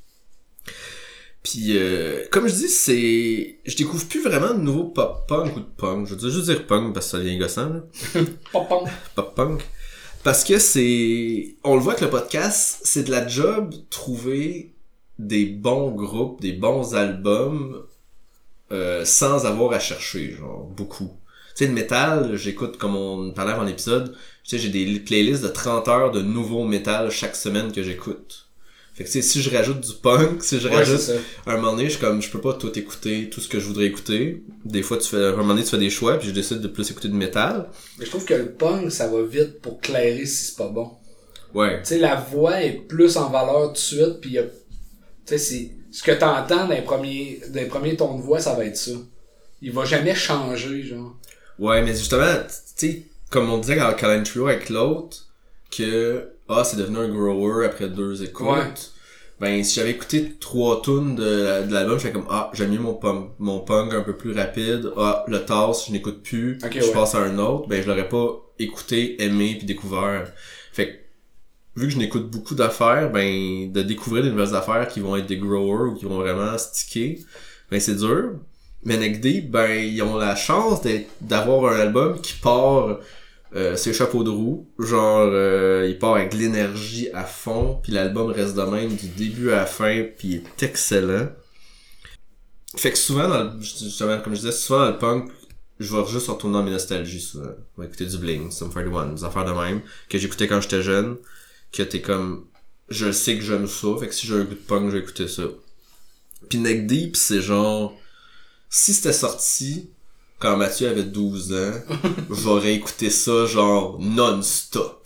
Puis, euh, comme je dis, c'est... Je découvre plus vraiment de nouveaux pop-punk ou de punk. Je veux dire, juste dire punk parce que ça devient gossant, là. Pop-punk. Pop-punk. Parce que c'est... On le voit avec le podcast, c'est de la job trouver des bons groupes, des bons albums... Euh, sans avoir à chercher, genre, beaucoup. Tu sais, le métal, j'écoute, comme on parlait avant l'épisode, tu sais, j'ai des playlists de trente heures de nouveaux métal chaque semaine que j'écoute. Fait que, tu sais, si je rajoute du punk, si je ouais, rajoute, un moment donné, je suis comme, je peux pas tout écouter, tout ce que je voudrais écouter. Des fois, tu fais, un moment donné, tu fais des choix, puis je décide de plus écouter de métal. Mais je trouve que le punk, ça va vite pour clairer si c'est pas bon. Ouais. Tu sais, la voix est plus en valeur tout de suite, pis y a, tu sais, c'est, ce que t'entends dans les premiers, dans les premiers tons de voix, ça va être ça. Il va jamais changer, genre. Ouais, mais justement, tu sais, comme on disait dans Alkaline Trio avec l'autre, que, ah, c'est devenu un grower après deux écoutes. Ouais. Ben, si j'avais écouté trois tunes de, de l'album, je fais comme, ah, j'aime mieux mon punk, mon punk un peu plus rapide. Ah, le tasse, je n'écoute plus. Okay, je ouais. passe à un autre. Ben, je l'aurais pas écouté, aimé puis découvert. Fait que, vu que je n'écoute beaucoup d'affaires, ben, de découvrir des nouvelles affaires qui vont être des growers ou qui vont vraiment sticker, ben, c'est dur. Mais Neck Deep, ben, ils ont la chance d'être, d'avoir un album qui part, euh, ses chapeaux de roue. Genre, euh, il part avec l'énergie à fond, puis l'album reste de même du début à la fin, puis il est excellent. Fait que souvent, dans le, justement, comme je disais, souvent dans le punk, je vais juste retourner dans mes nostalgies, souvent. Je vais écouter du Blink, Sum quarante et un, des affaires de même, que j'écoutais quand j'étais jeune. Que t'es comme, je sais que j'aime ça, fait que si j'ai un goût de punk, je vais écouter ça. Pis Neck Deep, c'est genre, si c'était sorti quand Mathieu avait douze ans, j'aurais écouté ça genre non-stop.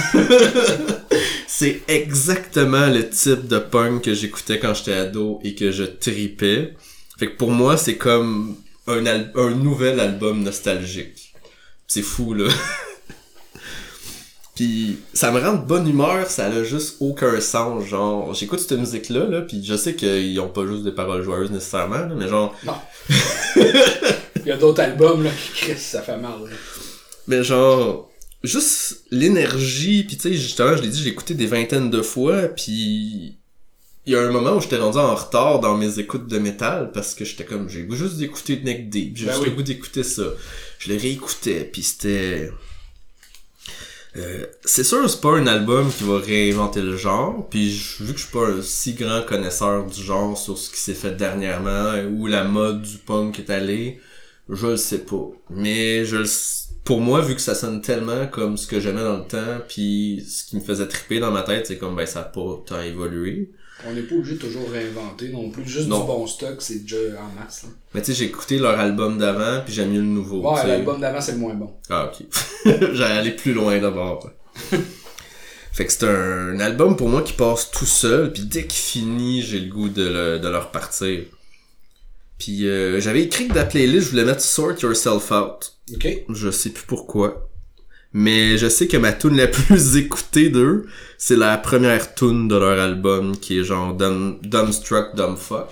C'est exactement le type de punk que j'écoutais quand j'étais ado et que je tripais. Fait que pour moi, c'est comme un, al- un nouvel album nostalgique. C'est fou, là. Pis ça me rend de bonne humeur, ça a juste aucun sens, genre, j'écoute cette musique-là, là, pis je sais qu'ils ont pas juste des paroles joyeuses nécessairement, là, mais genre... Non. Il y a d'autres albums, là, qui crissent, ça fait mal, là. Mais genre, juste l'énergie, pis tu sais, justement, je l'ai dit, j'ai écouté des vingtaines de fois, pis il y a un moment où j'étais rendu en retard dans mes écoutes de métal, parce que j'étais comme, j'ai le goût juste d'écouter Neck Deep, j'ai ben juste oui. le goût d'écouter ça. Je le réécoutais, pis c'était... Euh, c'est sûr c'est pas un album qui va réinventer le genre, puis vu que je suis pas un si grand connaisseur du genre sur ce qui s'est fait dernièrement, où la mode du punk est allée, je le sais pas. Mais je le pour moi, vu que ça sonne tellement comme ce que j'aimais dans le temps, puis ce qui me faisait triper dans ma tête, c'est comme ben ça a pas tant évolué. On n'est pas obligé de toujours réinventer non plus, juste non. Du bon stock, c'est déjà en masse, là. Mais tu sais, j'ai écouté leur album d'avant, puis j'aime mieux le nouveau. Ouais, t'sais. L'album d'avant, c'est le moins bon. Ah, ok. J'allais aller plus loin d'abord. Fait que c'est un, un album pour moi qui passe tout seul, puis dès qu'il finit, j'ai le goût de le, de le repartir. Puis euh, j'avais écrit que dans la playlist, je voulais mettre Sort Yourself Out. Ok. Je sais plus pourquoi. Mais je sais que ma tune la plus écoutée d'eux, c'est la première tune de leur album, qui est genre Dumb, Dumbstruck Dumb Fuck.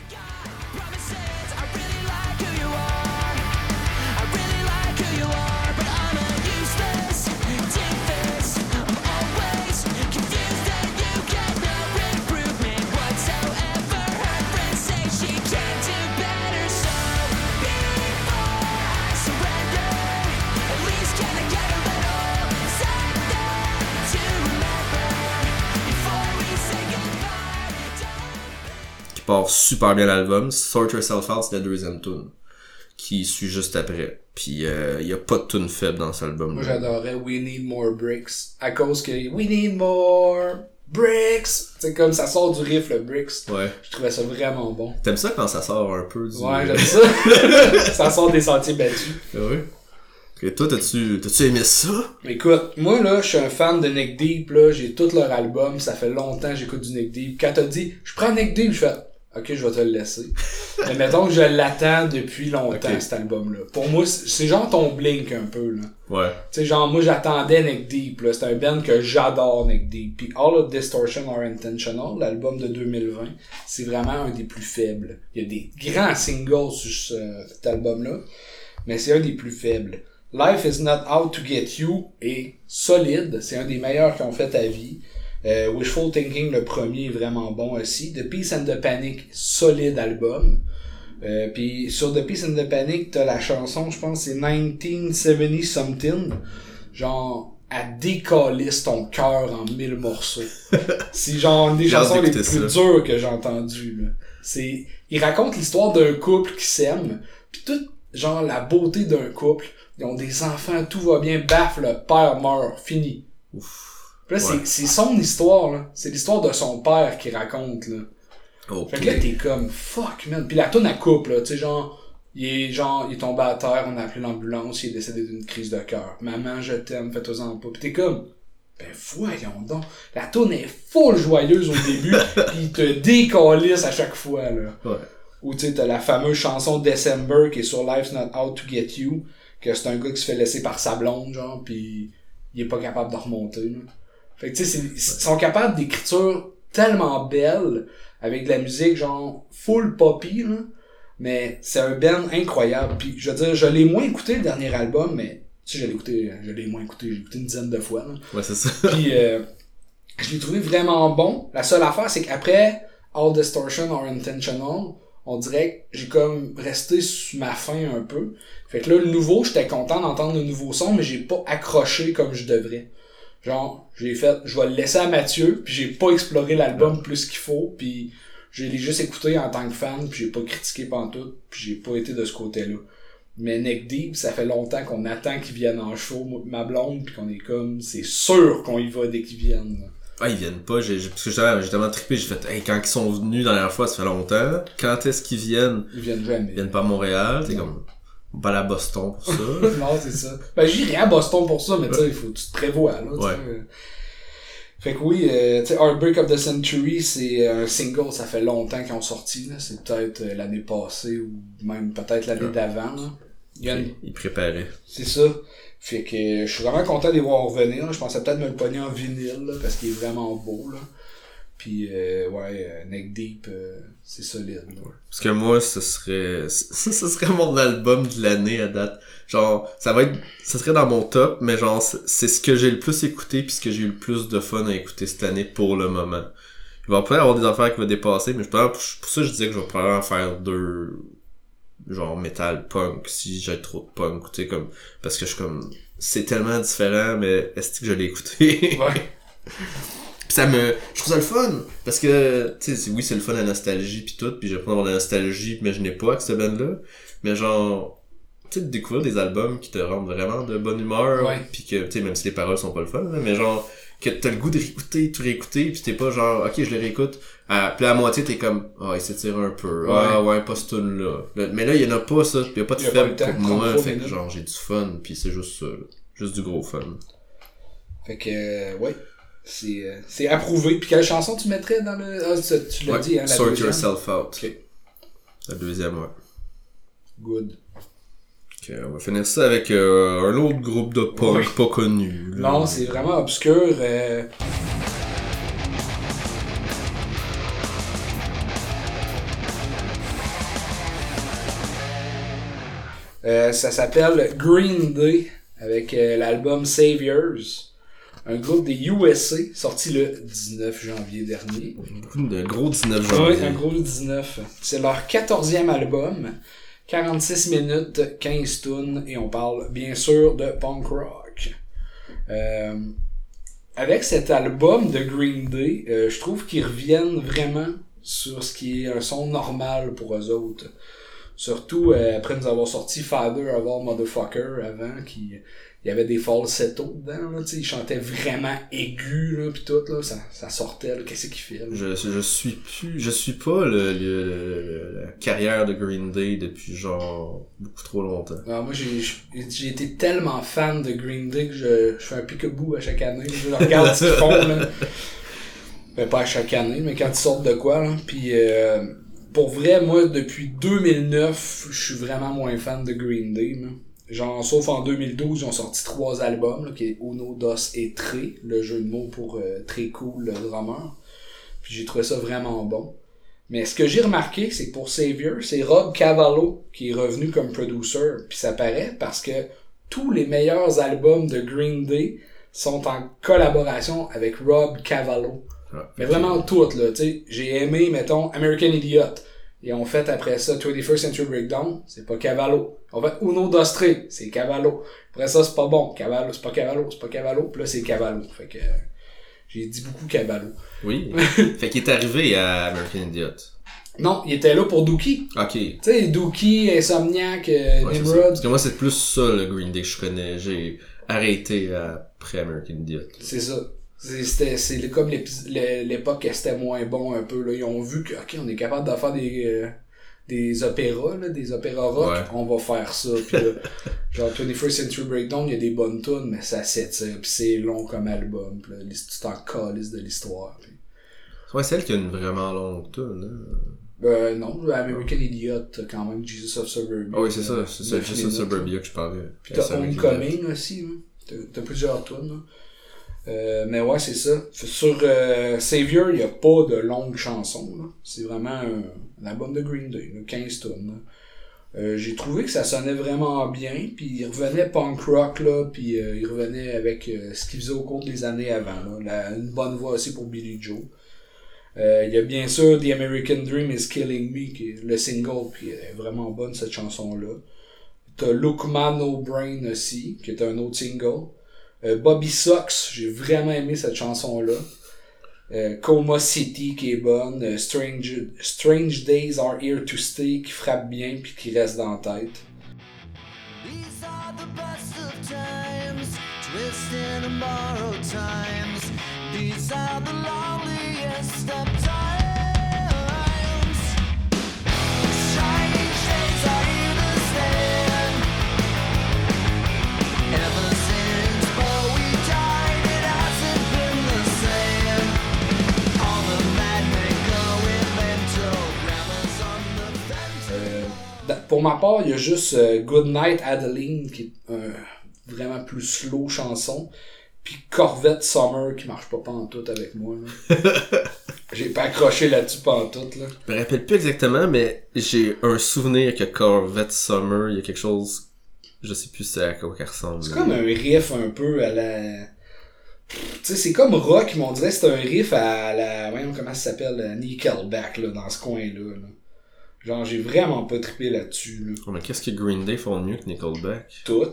Part super bien l'album. Sort Yourself Out, c'est la deuxième tune qui suit juste après. Puis il euh, y a pas de tune faible dans cet album. Moi j'adorais We Need More Bricks à cause que We Need More Bricks, c'est comme ça sort du riff le Bricks. Ouais. Je trouvais ça vraiment bon. T'aimes ça quand ça sort un peu du... Ouais, j'aime ça. Ça sort des sentiers battus. Ah oui. Et toi, t'as-tu, t'as-tu aimé ça? Écoute, moi là, je suis un fan de Neck Deep, là, j'ai tous leurs albums, ça fait longtemps que j'écoute du Neck Deep. Quand t'as dit, je prends Neck Deep, je fais, ok, je vais te le laisser. Mais mettons que je l'attends depuis longtemps, okay. Cet album-là. Pour moi, c'est genre ton Blink un peu, là. Ouais. Tu sais, genre, moi, j'attendais Neck Deep, là. C'est un band que j'adore, Neck Deep. Puis All of Distortion Are Intentional, l'album de deux mille vingt, c'est vraiment un des plus faibles. Il y a des grands singles sur ce, cet album-là, mais c'est un des plus faibles. Life is not out to get you est solide. C'est un des meilleurs qu'ils ont fait à vie. Euh, Wishful Thinking, le premier, est vraiment bon aussi. The Peace and the Panic, solide album. Euh, puis sur The Peace and the Panic, t'as la chanson, je pense, c'est nineteen seventy something. Genre, elle décalisse ton cœur en mille morceaux. C'est genre une des chansons les plus ça. dures que j'ai entendues, là. C'est, il raconte l'histoire d'un couple qui s'aime, puis toute, genre, la beauté d'un couple. Ils ont des enfants, tout va bien, baf, le père meurt, fini. Ouf. Puis là, ouais. c'est, c'est son histoire, là. C'est l'histoire de son père qu'il raconte, là. Okay. Fait que là, t'es comme, fuck, man. Puis la toune à couple, là, tu sais, genre, il est, genre, il est tombé à terre, on a appelé l'ambulance, il est décédé d'une crise de cœur. Maman, je t'aime, fais-toi-en pas. Pis t'es comme, ben, voyons donc. La toune est full joyeuse au début, pis il te décalisse à chaque fois, là. Ouais. Ou tu sais, t'as la fameuse chanson December qui est sur Life's Not Out to Get You, que c'est un gars qui se fait laisser par sa blonde, genre, pis il est pas capable de remonter, là. Fait que tu sais, ils sont capables d'écriture tellement belle, avec de la musique, genre, full poppy, là. Mais c'est un band incroyable. Puis je veux dire, je l'ai moins écouté le dernier album, mais tu sais, je l'ai écouté, je l'ai moins écouté, j'ai écouté une dizaine de fois, là. Ouais, c'est ça. Puis euh, je l'ai trouvé vraiment bon. La seule affaire, c'est qu'après All Distortion Are Intentional, on dirait que j'ai comme resté sur ma faim un peu. Fait que là, le nouveau, j'étais content d'entendre le nouveau son, mais j'ai pas accroché comme je devrais. Genre, j'ai fait, je vais le laisser à Mathieu, puis j'ai pas exploré l'album plus qu'il faut, puis je l'ai juste écouté en tant que fan, puis j'ai pas critiqué pantoute, puis j'ai pas été de ce côté-là. Mais Neck Deep, ça fait longtemps qu'on attend qu'ils viennent en show, ma blonde, puis qu'on est comme, c'est sûr qu'on y va dès qu'ils viennent. Là. Ah, ils viennent pas, j'ai, j'ai, parce que j'ai, j'ai tellement trippé, j'ai fait, hey, quand ils sont venus la dernière fois, ça fait longtemps, quand est-ce qu'ils viennent? Ils viennent jamais. Ils viennent pas à Montréal, t'es comme, on va aller à Boston pour ça. Non, c'est ça. Ben, j'irai à Boston pour ça, mais tu sais, il faut que tu te prévois, là, ouais. T'sais. Fait que oui, euh, tu sais, Heartbreak of the Century, c'est un single, ça fait longtemps qu'ils ont sorti, là. C'est peut-être euh, l'année passée, ou même peut-être l'année ouais. d'avant, là. Il y a une... Ils préparaient. C'est ça. Fait que euh, je suis vraiment content de les voir revenir, là. Je pensais peut-être me le pogner en vinyle, là, parce qu'il est vraiment beau, là. Puis euh, ouais, euh, Neck Deep, euh, c'est solide. Ouais. Parce que moi, ce serait ce, ce serait mon album de l'année à date. Genre, ça va être, ça serait dans mon top, mais genre, c'est, c'est ce que j'ai le plus écouté puis ce que j'ai eu le plus de fun à écouter cette année pour le moment. Il va peut-être avoir des affaires qui vont dépasser, mais je peux, pour ça je disais que je vais probablement en faire deux, genre metal punk si j'ai trop de punk, tu sais, comme, parce que je suis comme, c'est tellement différent, mais est-ce que je l'ai écouté? Ouais. Pis ça me, je trouve ça le fun, parce que, tu sais, oui, c'est le fun la nostalgie pis tout, pis j'ai l'impression d'avoir de la nostalgie, mais je n'ai pas avec cette band-là, mais genre, tu sais, de découvrir des albums qui te rendent vraiment de bonne humeur, ouais. Pis que, tu sais, même si les paroles sont pas le fun, là, mais genre, que t'as le goût de réécouter, tout réécouter, pis t'es pas genre, ok, je le réécoute, ah, pis à la moitié t'es comme, ah, oh, il s'étire un peu, ah, ouais, ouais pas ce tune-là. Mais là, il y en a pas ça, pis y a pas de faible pour moi, fait que genre, j'ai du fun, pis c'est juste ça, là. Juste du gros fun. Fait que, euh, ouais. C'est, euh, c'est approuvé. Puis quelle chanson tu mettrais dans le... Ah, tu, tu l'as ouais, dit, hein, la Sort deuxième. Yourself Out. Ok. La deuxième, ouais. Good. Ok, on va finir ça avec euh, un autre groupe de punk ouais. pas connu. Là. Non, c'est vraiment obscur. Euh... Euh, ça s'appelle Green Day avec euh, l'album Saviors. Un groupe des U S A, sorti le dix-neuf janvier dernier. Un gros dix-neuf janvier. Oui, un gros dix-neuf. C'est leur quatorzième album. quarante-six minutes, quinze tunes, et on parle bien sûr de punk rock. Euh, avec cet album de Green Day, euh, je trouve qu'ils reviennent vraiment sur ce qui est un son normal pour eux autres. Surtout euh, après nous avoir sorti Father of All Motherfucker avant, qui il y avait des falsettos dedans, là, tu sais, il chantait vraiment aigu, là, pis tout, là, ça, ça sortait, là, qu'est-ce qu'il fait, là? Je, je suis plus, je suis pas le, le, le, la carrière de Green Day depuis genre beaucoup trop longtemps. Alors, moi, j'ai, j'ai été tellement fan de Green Day que je, je fais un pick-a-boo à chaque année, je regarde ce qu'ils font, là. Ben, pas à chaque année, mais quand ils sortent de quoi, là, pis euh, pour vrai, moi, depuis deux mille neuf, je suis vraiment moins fan de Green Day, là. Genre, sauf en deux mille douze, ils ont sorti trois albums, là, qui est Uno, Dos et Tre, le jeu de mots pour euh, très cool, le drummer. Puis j'ai trouvé ça vraiment bon. Mais ce que j'ai remarqué, c'est que pour Savior, c'est Rob Cavallo qui est revenu comme producer. Puis ça paraît parce que tous les meilleurs albums de Green Day sont en collaboration avec Rob Cavallo. Ah, mais vraiment toutes, là, tu sais. J'ai aimé, mettons, American Idiot. Ils ont fait après ça twenty-first Century Breakdown, c'est pas Cavallo. En fait, Uno Dos Tre, c'est Cavallo. Après ça, c'est pas bon. Cavallo, c'est pas Cavallo, c'est pas Cavallo. Puis là, c'est Cavallo. Fait que euh, j'ai dit beaucoup Cavallo. Oui. Fait qu'il est arrivé à American Idiot. Non, il était là pour Dookie. Ok. Tu sais, Dookie, Insomniac, euh, ouais, Nimrod. Parce que moi, c'est plus ça, le Green Day que je connais. J'ai arrêté après American Idiot. C'est ça. C'est, c'était, c'est comme l'époque que c'était moins bon un peu, là. Ils ont vu que, ok, on est capable de faire des, euh, des opéras, là, des opéras rock, ouais. On va faire ça. Puis là, genre twenty-first Century Breakdown, il y a des bonnes tunes, mais ça s'étire, pis c'est long comme album, pis là, tu t'en calisses de l'histoire. Pis... Ouais, c'est elle qui a une vraiment longue tune, hein. Ben non, American Idiot, quand même, Jesus of Suburbia. Ah oui, c'est ça, c'est ça, Jesus of Suburbia que je parlais. Pis t'as Homecoming aussi, hein. T'as, t'as plusieurs tunes, là. Euh, mais ouais, c'est ça. Sur euh, Savior, il n'y a pas de longues chansons, là. C'est vraiment un, un album de Green Day, là, quinze tonnes. Euh, j'ai trouvé que ça sonnait vraiment bien, puis il revenait punk rock, là, puis euh, il revenait avec euh, ce qu'il faisait au cours des années avant, là. La, une bonne voix aussi pour Billy Joe. Euh, il y a bien sûr The American Dream is Killing Me, qui est le single, puis elle est vraiment bonne cette chanson-là. T'as Look Man No Brain aussi, qui est un autre single. Euh, Bobby Sox, j'ai vraiment aimé cette chanson-là. Euh, Coma City qui est bonne. Euh, Strange, Strange Days Are Here to Stay qui frappe bien puis qui reste dans la tête. These are the best of times, twisted and borrowed times. These are the loneliest of times. Strange days are here to stay. Ever since Bowie died, it hasn't been the same. All the magnet going mental, grandma's on the fence. Euh, pour ma part, il y a juste euh, Good Night Adeline qui est euh, vraiment plus slow chanson. Puis Corvette Summer qui marche pas pantoute avec moi. Là. J'ai pas accroché là-dessus pantoute. Là. Je me rappelle plus exactement, mais j'ai un souvenir que Corvette Summer, il y a quelque chose... Je sais plus à quoi qu'elle ressemble. C'est comme un riff un peu à la... Tu sais, c'est comme rock, mais on dirait que c'est un riff à la... Voyons comment ça s'appelle, Nickelback, là, dans ce coin-là. Là. Genre, j'ai vraiment pas trippé là-dessus. Là. Oh, mais qu'est-ce que Green Day font mieux que Nickelback? Tout.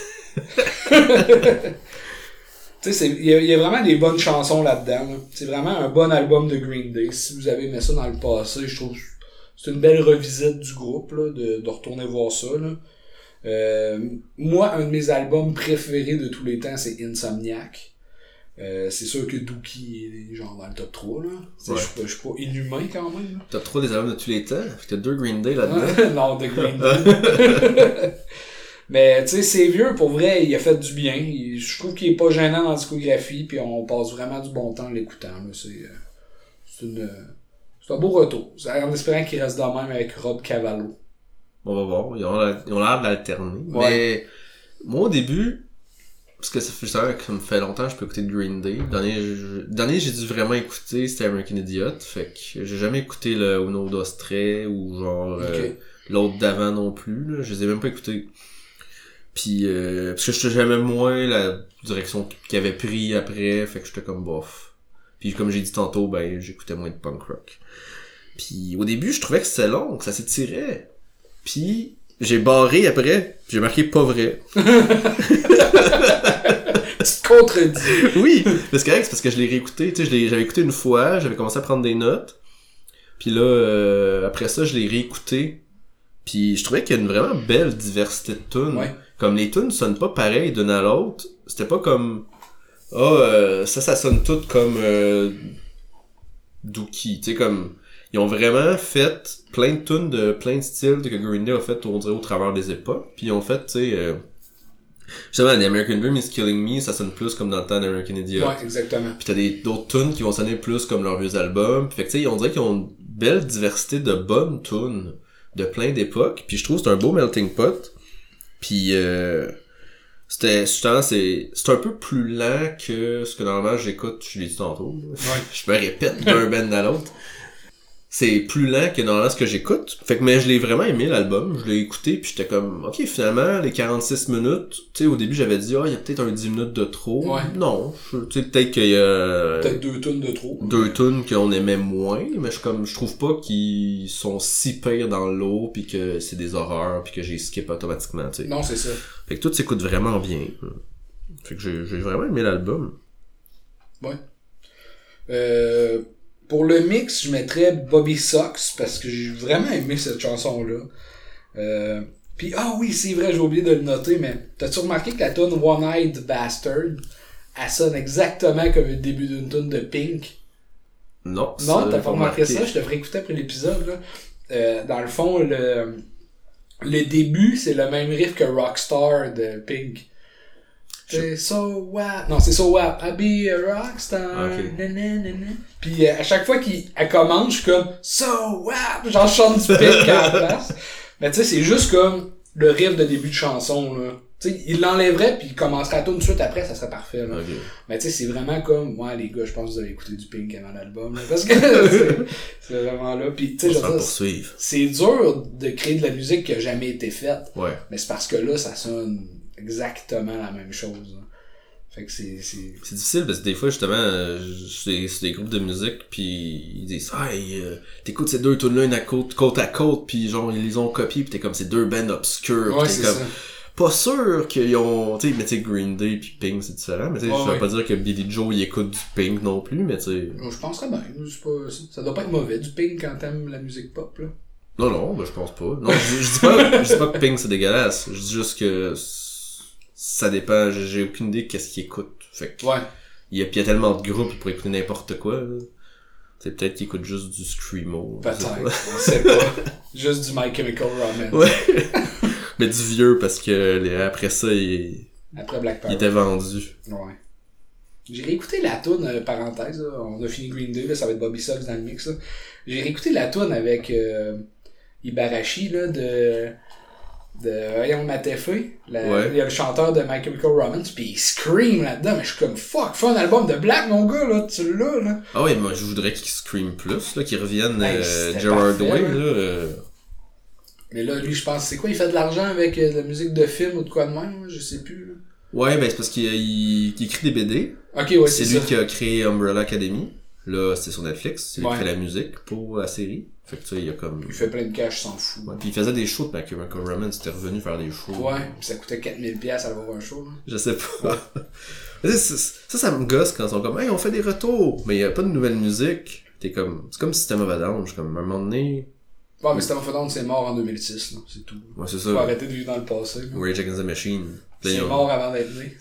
Tu sais, il y, y a vraiment des bonnes chansons là-dedans. Là. C'est vraiment un bon album de Green Day. Si vous avez aimé ça dans le passé, je trouve que c'est une belle revisite du groupe, là, de, de retourner voir ça, là. Euh, moi, un de mes albums préférés de tous les temps, c'est Insomniac. Euh, c'est sûr que Dookie est genre dans le top trois, là. Ouais. Je suis pas inhumain quand même. Là. Top trois des albums de tous les temps? T'as deux Green Day là-dedans? Non, de Green Day. Mais, tu sais, c'est vieux, pour vrai, il a fait du bien. Il, je trouve qu'il est pas gênant dans la discographie, puis on passe vraiment du bon temps en l'écoutant, là. C'est, c'est une, c'est un beau retour. En espérant qu'il reste de même avec Rob Cavallo. On va voir. Ils ont l'air, ils ont l'air d'alterner. Ouais. Mais, moi, au début, parce que ça fait, ça me fait longtemps que je peux écouter de Green Day. Le dernier, je, le dernier j'ai dû vraiment écouter, c'était American Idiot. Fait que j'ai jamais écouté le Uno Dos Tre ou genre, okay. euh, l'autre d'avant non plus, là. Je les ai même pas écoutés. Puis, euh, parce que j'aimais moins la direction qu'il avait pris après, fait que j'étais comme bof. Puis, comme j'ai dit tantôt, ben, j'écoutais moins de punk rock. Puis, au début, je trouvais que c'était long, que ça s'étirait. Puis, j'ai barré après, j'ai marqué pas vrai. Tu te contredis. Oui, mais c'est correct, c'est parce que je l'ai réécouté, tu sais, je l'ai, j'avais écouté une fois, j'avais commencé à prendre des notes. Puis là, euh, après ça, je l'ai réécouté. Puis je trouvais qu'il y a une vraiment belle diversité de tunes. Ouais. Comme les tunes sonnent pas pareil d'une à l'autre. C'était pas comme ah oh, euh, ça ça sonne tout comme euh, Dookie, tu sais comme ils ont vraiment fait plein de tunes de plein de styles que Green Day a fait on dirait au travers des époques. Puis ils ont fait tu sais euh, justement, The American Dream is Killing Me, ça sonne plus comme dans le temps d'American Idiot. Ouais, exactement. Puis t'as des, d'autres tunes qui vont sonner plus comme leurs vieux albums. Puis fait que tu sais, on dirait qu'ils ont une belle diversité de bonnes tunes de plein d'époques. Puis je trouve que c'est un beau melting pot. Puis euh, c'était, justement, c'est, c'est un peu plus lent que ce que normalement j'écoute, je l'ai dit tantôt. Ouais. Je me répète d'un band à l'autre. C'est plus lent que normalement ce que j'écoute. Fait que, mais je l'ai vraiment aimé l'album. Je l'ai écouté puis j'étais comme, ok, finalement, les quarante-six minutes, tu sais, au début j'avais dit, ah, oh, il y a peut-être un dix minutes de trop. Ouais. Non. Tu sais, peut-être qu'il y a... Peut-être deux tunes de trop. Deux tunes qu'on aimait moins, mais je comme, je trouve pas qu'ils sont si pires dans l'eau puis que c'est des horreurs puis que j'ai skip automatiquement, tu sais. Non, c'est ça. Fait que tout s'écoute vraiment bien. Fait que j'ai, j'ai vraiment aimé l'album. Ouais. Euh... Pour le mix, je mettrais Bobby Sox parce que j'ai vraiment aimé cette chanson-là. Euh, Puis, ah oui, c'est vrai, j'ai oublié de le noter, mais t'as-tu remarqué que la tune One-Eyed Bastard, elle sonne exactement comme le début d'une tune de Pink? Non, Non, t'as pas remarqué ça? Je te ferai écouter après l'épisode. Là. Euh, dans le fond, le, le début, c'est le même riff que Rockstar de Pink. C'est So What? Non, c'est So What? I be a rockstar. Okay. Nanana. Puis euh, à chaque fois qu'elle commence, je suis comme So What? Genre, je chante du Pink à la place. Mais tu sais, c'est juste comme le riff de début de chanson, là. Tu sais, il l'enlèverait puis il commencerait à tout de suite après, ça serait parfait, là. Okay. Mais tu sais, c'est vraiment comme, ouais, les gars, je pense que vous avez écouté du Pink avant l'album, là, parce que c'est, c'est vraiment là. Puis tu sais, je veux dire, c'est dur de créer de la musique qui a jamais été faite. Ouais. Mais c'est parce que là, ça sonne exactement la même chose. Hein. Fait que c'est, c'est... C'est difficile parce que des fois, justement, euh, c'est, c'est des groupes de musique pis ils disent « Hey, euh, t'écoutes ces deux tunes-là une à côte, côte à côte pis genre, ils les ont copiés pis t'es comme ces deux bands obscurs. Ouais, t'es c'est comme, ça. Pas sûr qu'ils ont, tu sais, mais tu sais, Green Day pis Pink c'est différent, mais tu sais, ouais, je veux ouais. pas dire que Billy Joe il écoute du Pink non plus, mais tu sais. Je penserais bien, c'est pas, ça doit pas être mauvais, du Pink quand t'aimes la musique pop, là. Non, non, ben je pense pas. Non, je, je dis pas, je dis pas que Pink c'est dégueulasse, je dis juste que ça dépend, j'ai, j'ai aucune idée de qu'est-ce qu'ils écoutent. Fait que, ouais. Il y a, il y a tellement de groupes pour écouter n'importe quoi, là. C'est peut-être qu'ils écoutent juste du Screamo. Peut-être, on sait pas. Juste du My Chemical Romance. Ouais. Mais du vieux, parce que les, après ça, il, après Black Power. il était vendu. Ouais. J'ai réécouté la toune, euh, parenthèse, là, on a fini Green Day, là, ça va être Bobby Sox dans le mix. Là. J'ai réécouté la toune avec euh, Ibarashi, là, de... de Voyons Matefe, la, ouais. Il y a le chanteur de My Chemical Romance, pis il scream là-dedans, mais je suis comme fuck, fais un album de Black mon gars, là, tu l'as, là. Ah ouais, moi je voudrais qu'il scream plus, là, qu'il revienne hey, euh, Gerard Way, là. Euh... Mais là, lui, je pense, c'est quoi, il fait de l'argent avec euh, de la musique de film ou de quoi de même, je sais plus, là. Ouais, ben c'est parce qu'il il, il écrit des B D. Ok, ouais, c'est, c'est lui ça. qui a créé Umbrella Academy. Là, c'est sur Netflix. C'est lui ouais. qui fait la musique pour la série. Fait que tu sais, il y a comme... Il fait plein de cash, s'en fout. Ouais, puis il faisait des shows de My Chemical Romance, c'était revenu faire des shows. Ouais, pis ça coûtait quatre mille dollars à avoir un show, là. Je sais pas. Ouais. ça, ça, ça me gosse quand ils sont comme, hey, on fait des retours, mais il y a pas de nouvelle musique. T'es comme, c'est comme System of a Down, comme, à un moment donné... Ouais, mais System of a Down, c'est mort en deux mille six, là, c'est tout. Ouais, c'est ça. Faut arrêter de vivre dans le passé, là. Rage Against the Machine. C'est on... mort avant d'être né.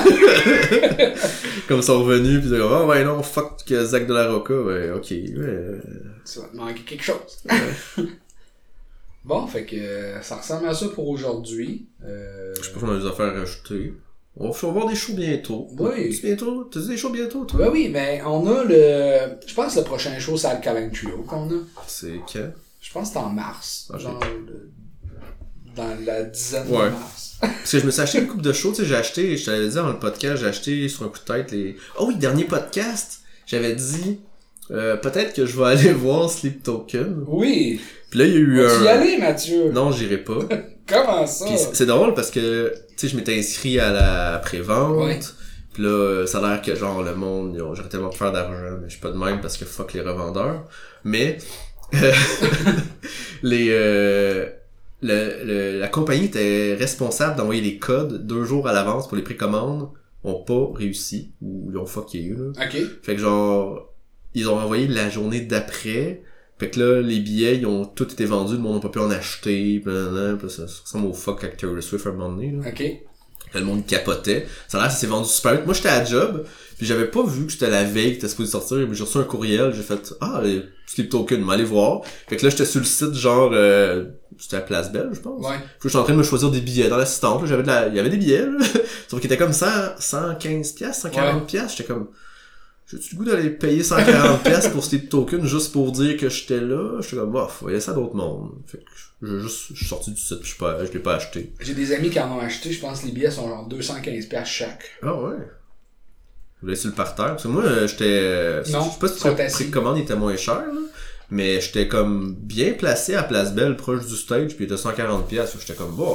Comme ils sont revenus, pis ils disent, oh, ouais, non, fuck Zach de la Rocca, ouais, ok, ouais. Ça va te manquer quelque chose. Ouais. Bon, fait que euh, ça ressemble à ça pour aujourd'hui. Euh... Je sais pas si on a des affaires à rajouter. On va voir des shows bientôt. Oui. C'est bientôt? T'as dit des shows bientôt, toi? Ben oui, mais on a le... Je pense que le prochain show, c'est Alkaline Trio qu'on a. C'est quand? Je pense que c'est en mars. Okay. Genre, le... dans la dizaine ouais. de mars. Parce que je me suis acheté une couple de shows, tu sais, j'ai acheté, je t'avais dit dans le podcast, j'ai acheté sur un coup de tête les... Oh oui, dernier podcast, j'avais dit, euh, peut-être que je vais aller voir Sleep Token. Oui. Puis là, il y a eu un... un... y aller, Mathieu? Non, j'irai pas. Comment ça? Puis c'est drôle parce que, tu sais, je m'étais inscrit à la pré-vente. Ouais. Puis là, ça a l'air que genre, le monde, ont... j'aurais tellement pu faire d'argent, mais je suis pas de même parce que fuck les revendeurs. Mais, les... Euh... Le, le, la compagnie était responsable d'envoyer les codes deux jours à l'avance pour les précommandes, ont pas réussi, ou ils ont fucké, là. OK. Fait que genre, ils ont envoyé la journée d'après, Fait que là, les billets, ils ont tous été vendus, le monde n'a pas pu en acheter, pis là, là, pis ça, ça ressemble au fuck avec Taylor Swift à un moment donné, là. Ok. Le monde capotait. Ça a l'air que ça s'est vendu super vite. Moi, j'étais à la job, puis j'avais pas vu que c'était la veille que t'étais supposé sortir, mais j'ai reçu un courriel, j'ai fait, ah, les Sleep Token, m'allez voir. Fait que là, j'étais sur le site, genre, euh, c'était à Place Belle, je pense. Ouais. Puis j'étais en train de me choisir des billets dans l'assistante, là, j'avais de la, il y avait des billets, là. Sauf qu'ils étaient comme cent, cent quinze piastres, cent quarante piastres, j'étais comme, j'ai-tu le goût d'aller payer cent quarante piastres pour Sleep Token juste pour dire que j'étais là? J'étais comme, bof, il y a ça d'autres mondes. Fait que, je, juste, je suis sorti du site, pis je, pas, je l'ai pas acheté. J'ai des amis qui en ont acheté, je pense que les billets sont genre deux cent quinze piastres chaque. Ah ouais? Vous l'avez sur le parterre? Parce que moi, euh, j'étais... Non, je sais pas si le prix de commande était moins cher, là, mais j'étais comme bien placé à Place Belle, proche du stage, pis il était cent quarante piastres. J'étais comme, bah.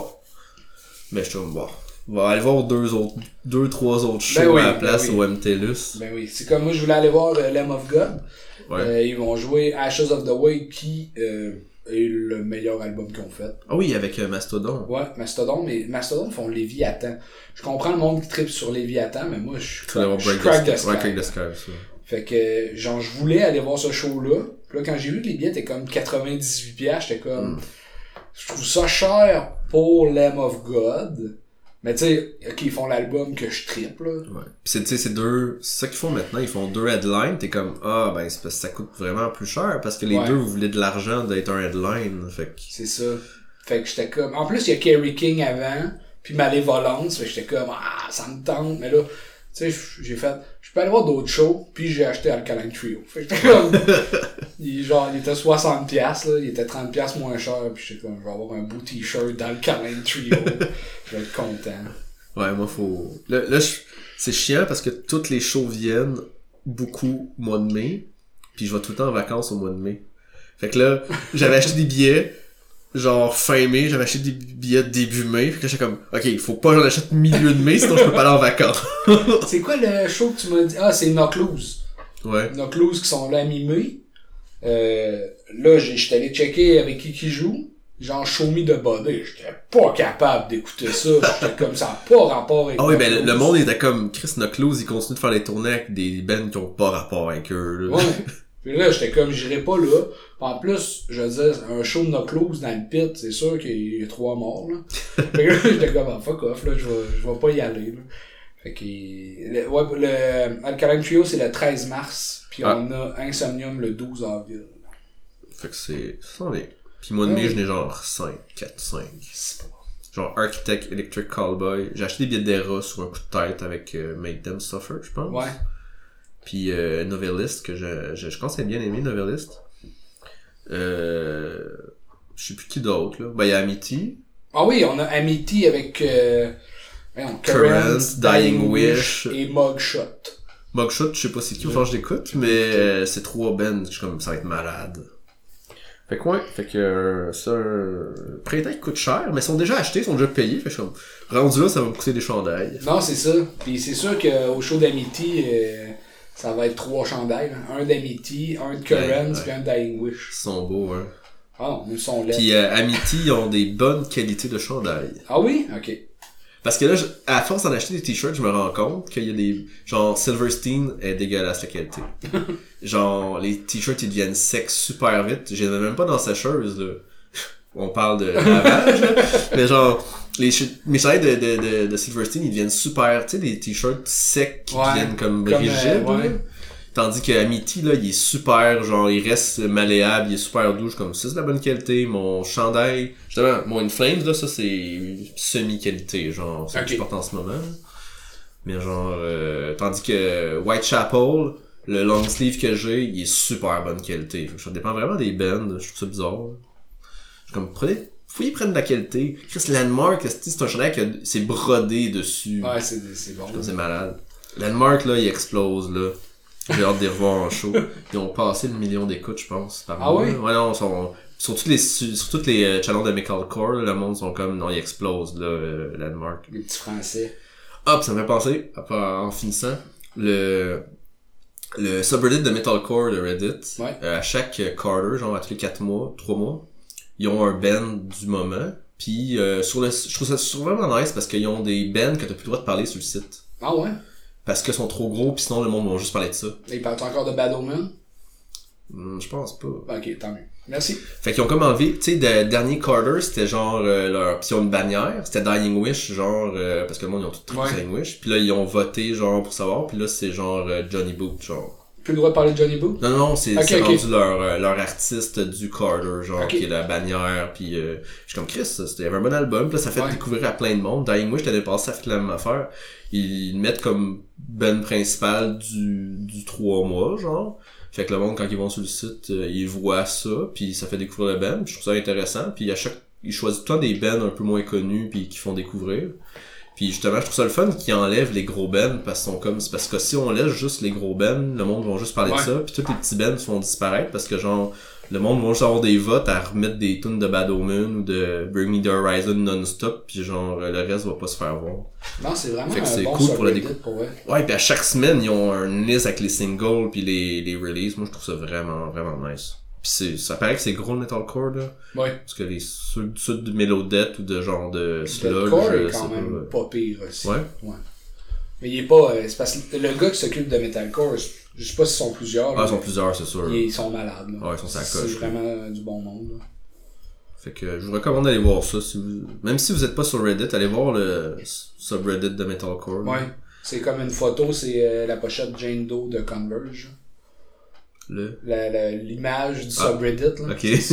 Mais j'étais comme, bah. On va aller voir deux autres, deux, trois autres shows ben oui, à la place ben oui. au M T L U S. Ben oui, c'est comme moi, je voulais aller voir euh, Lamb of God. Ouais. Euh, ils vont jouer Ashes of the Way, qui euh, est le meilleur album qu'ils ont fait. Ah oui, avec euh, Mastodon. Ouais, Mastodon, mais Mastodon font Léviathan. Je comprends le monde qui tripe sur Léviathan, mais moi, je suis crack, je suis crack the sky. Ouais, Crack the Sky, ça. Fait que, genre, je voulais aller voir ce show-là. Puis là, quand j'ai vu que les billets étaient comme quatre-vingt-dix-huit piastres, j'étais comme, mm. je trouve ça cher pour Lamb of God. Mais tu sais, ok, ils font l'album que je trippe, là. Ouais. Pis c'est, tu sais, c'est deux, c'est ça qu'ils font maintenant, ils font deux headlines, t'es comme, ah, ben, c'est parce que ça coûte vraiment plus cher, parce que les ouais. deux, vous voulez de l'argent d'être un headline, fait que... C'est ça. Fait que j'étais comme, en plus, il y a Kerry King avant, puis Malévolence, fait que j'étais comme, ah, ça me tente, mais là, tu sais, j'ai fait, je peux aller voir d'autres shows, puis j'ai acheté Alkaline Trio. Fait que j'étais comme, il, genre, il était soixante piastres, là, il était trente piastres moins cher, puis j'étais comme, je vais avoir un beau t-shirt d'Alkaline Trio. Je vais être content. Ouais, moi, faut... Là, là je... c'est chiant parce que toutes les shows viennent beaucoup au mois de mai, puis je vais tout le temps en vacances au mois de mai. Fait que là, j'avais acheté des billets, genre fin mai, j'avais acheté des billets début mai, fait que j'étais comme, ok, il faut pas que j'en achète milieu de mai, sinon je peux pas aller en vacances. C'est quoi le show que tu m'as dit? Ah, c'est Knock Loose. Ouais. Knock Loose qui sont là à mi-mai. Euh, là, j'étais allé checker avec qui qui joue. Genre Show Me the Body, j'étais pas capable d'écouter ça, j'étais comme ça, pas rapport avec... Ah oui, ben le, le monde était comme, Chris Knockloose, il continue de faire des tournées avec des bands qui ont pas rapport avec eux, là. Ouais, puis là, j'étais comme, j'irai pas là, en plus, je veux dire, un show de Knockloose dans le pit, c'est sûr qu'il y a trois morts, là. Fait que là, j'étais comme, ah, fuck off, là, je vais, je vais pas y aller, là. Fait que, le, ouais, le Alkaline Trio, c'est le treize mars, puis ah. on a Insomnium le douze avril. Fait que c'est, ça s'en vient. Pis moi de mai, j'en ai genre cinq, quatre, cinq. Genre Architect, Electric Callboy. J'ai acheté des billets d'Era sur un coup de tête avec euh, Make Them Suffer, je pense. Ouais. Pis euh, Novelist, que je, je, je pense que bien aimé, Novelist. Euh, je sais plus qui d'autre, là. Ben, il y a Amity. Ah oui, on a Amity avec, euh, Current, Dying Wish et Mugshot. Mugshot, je sais pas c'est qui, enfin je l'écoute, mais euh, c'est trois bands, je suis comme, ça va être malade. Fait que ouais, fait que euh, ça, euh, printemps qui coûte cher, mais ils sont déjà achetés, ils sont déjà payés, fait que je suis comme, rendu là, ça va me coûter des chandails. Non, c'est ça. Puis c'est sûr qu'au show d'Amity, euh, ça va être trois chandails. Hein. Un d'Amity, un de Current, ouais, ouais. Puis un de Dying Wish. Ils sont beaux, hein. Ah non, ils sont laids. Puis euh, Amity, ils ont des bonnes qualités de chandail. Ah oui? Ok. Parce que là, je, à force d'en acheter des t-shirts, je me rends compte qu'il y a des... Genre, Silverstein est dégueulasse la qualité. Genre, les t-shirts, ils deviennent secs super vite. J'ai même pas dans la sécheuse, là. On parle de lavage, là. Mais genre, les mes chandails de, de, de, de Silverstein, ils deviennent super... Tu sais, des t-shirts secs qui ouais, deviennent comme, comme rigides, euh, ouais. Tandis que Amity, là, il est super, genre, il reste malléable, il est super doux, comme ça, c'est de la bonne qualité. Mon chandail, justement, mon Inflames, là, ça, c'est semi-qualité, genre, c'est okay. Ce que je porte en ce moment. Mais genre, euh, tandis que Whitechapel, le long sleeve que j'ai, il est super bonne qualité. Ça dépend vraiment des bands, je trouve ça bizarre. Là. Je suis comme, prenez, faut y prendre de la qualité. Chris Landmark, c'est un chandail que c'est brodé dessus. Ouais, c'est, c'est bon. Comme c'est malade. Landmark, là, il explose, là. J'ai hâte de les revoir en show. Ils ont passé le million d'écoutes, je pense, par ah mois. Oui? Ouais, non, sont, sur tous les, sur toutes les euh, channels de Metalcore, là, le monde sont comme, non, ils explosent, là, euh, Landmark. Les petits français. Hop, ça me fait penser, en finissant, le, le subreddit de Metalcore de Reddit, ouais. euh, à chaque quarter, genre à tous les quatre mois, trois mois, ils ont un band du moment, puis euh, sur le, je trouve ça vraiment nice parce qu'ils ont des bands que t'as plus le droit de parler sur le site. Ah ouais? Parce qu'ils sont trop gros, pis sinon le monde va juste parler de ça. Et ils parlent encore de Bad Omen? Hmm, je pense pas. Ok, tant mieux. Merci. Fait qu'ils ont comme enlevé, tu sais, le dernier Carter, c'était genre euh, leur option de bannière, c'était Dying Wish, genre, euh, parce que le monde, ils ont tout pris Ouais. Dying Wish, puis là, ils ont voté, genre, pour savoir, puis là, c'est genre euh, Johnny Boot, genre. Plus le droit de parler de Johnny Boo? Non, non, c'est, Ok, c'est ok. rendu leur, euh, leur artiste du Carter, genre, Ok. qui est la bannière, puis euh, je suis comme Chris, ça, c'était il y avait un bon album, puis là, ça fait Ouais. découvrir à plein de monde. Dying Wish, l'année passée, ça fait la même affaire. Ils le mettent comme band principal du, du trois mois, genre. Fait que le monde, quand ils vont sur le site, euh, ils voient ça, puis ça fait découvrir le band, puis je trouve ça intéressant, puis à chaque, ils choisissent tout le temps des bands un peu moins connus, puis qui font découvrir. Puis justement, je trouve ça le fun qu'ils enlèvent les gros bands, parce qu'ils sont comme, c'est parce que si on laisse juste les gros bands, le monde va juste parler Ouais. de ça, puis tous les petits bands vont disparaître, parce que genre, le monde va juste avoir des votes à remettre des tunes de Bad Omen ou de Bring Me the Horizon non-stop, puis genre, le reste va pas se faire voir. Non, c'est vraiment Fait que un c'est bon cool pour la subreddit, décou- pour vrai. Ouais, puis à chaque semaine, ils ont un list avec les singles puis les, les releases. Moi, je trouve ça vraiment, vraiment nice. Puis c'est, ça paraît que c'est gros le metalcore, là. Ouais. Parce que les ceux, ceux de Melodette ou de genre de Le sludge, core euh, est quand c'est même pas... pas pire aussi. Ouais. Ouais. Mais il est pas, euh, c'est parce que le gars qui s'occupe de metalcore, je sais pas s'ils sont plusieurs. Ah, là, ils sont plusieurs, c'est sûr. Ils sont malades, là. Ouais, ils sont sur la C'est coche. vraiment du bon monde, là. Fait que je vous recommande d'aller voir ça. Si vous... Même si vous êtes pas sur Reddit, allez voir le subreddit de metalcore. là. Ouais. C'est comme une photo, c'est euh, la pochette Jane Doe de Converge. Le... La, la, l'image du Ah. subreddit, là. Ok. C'est ça.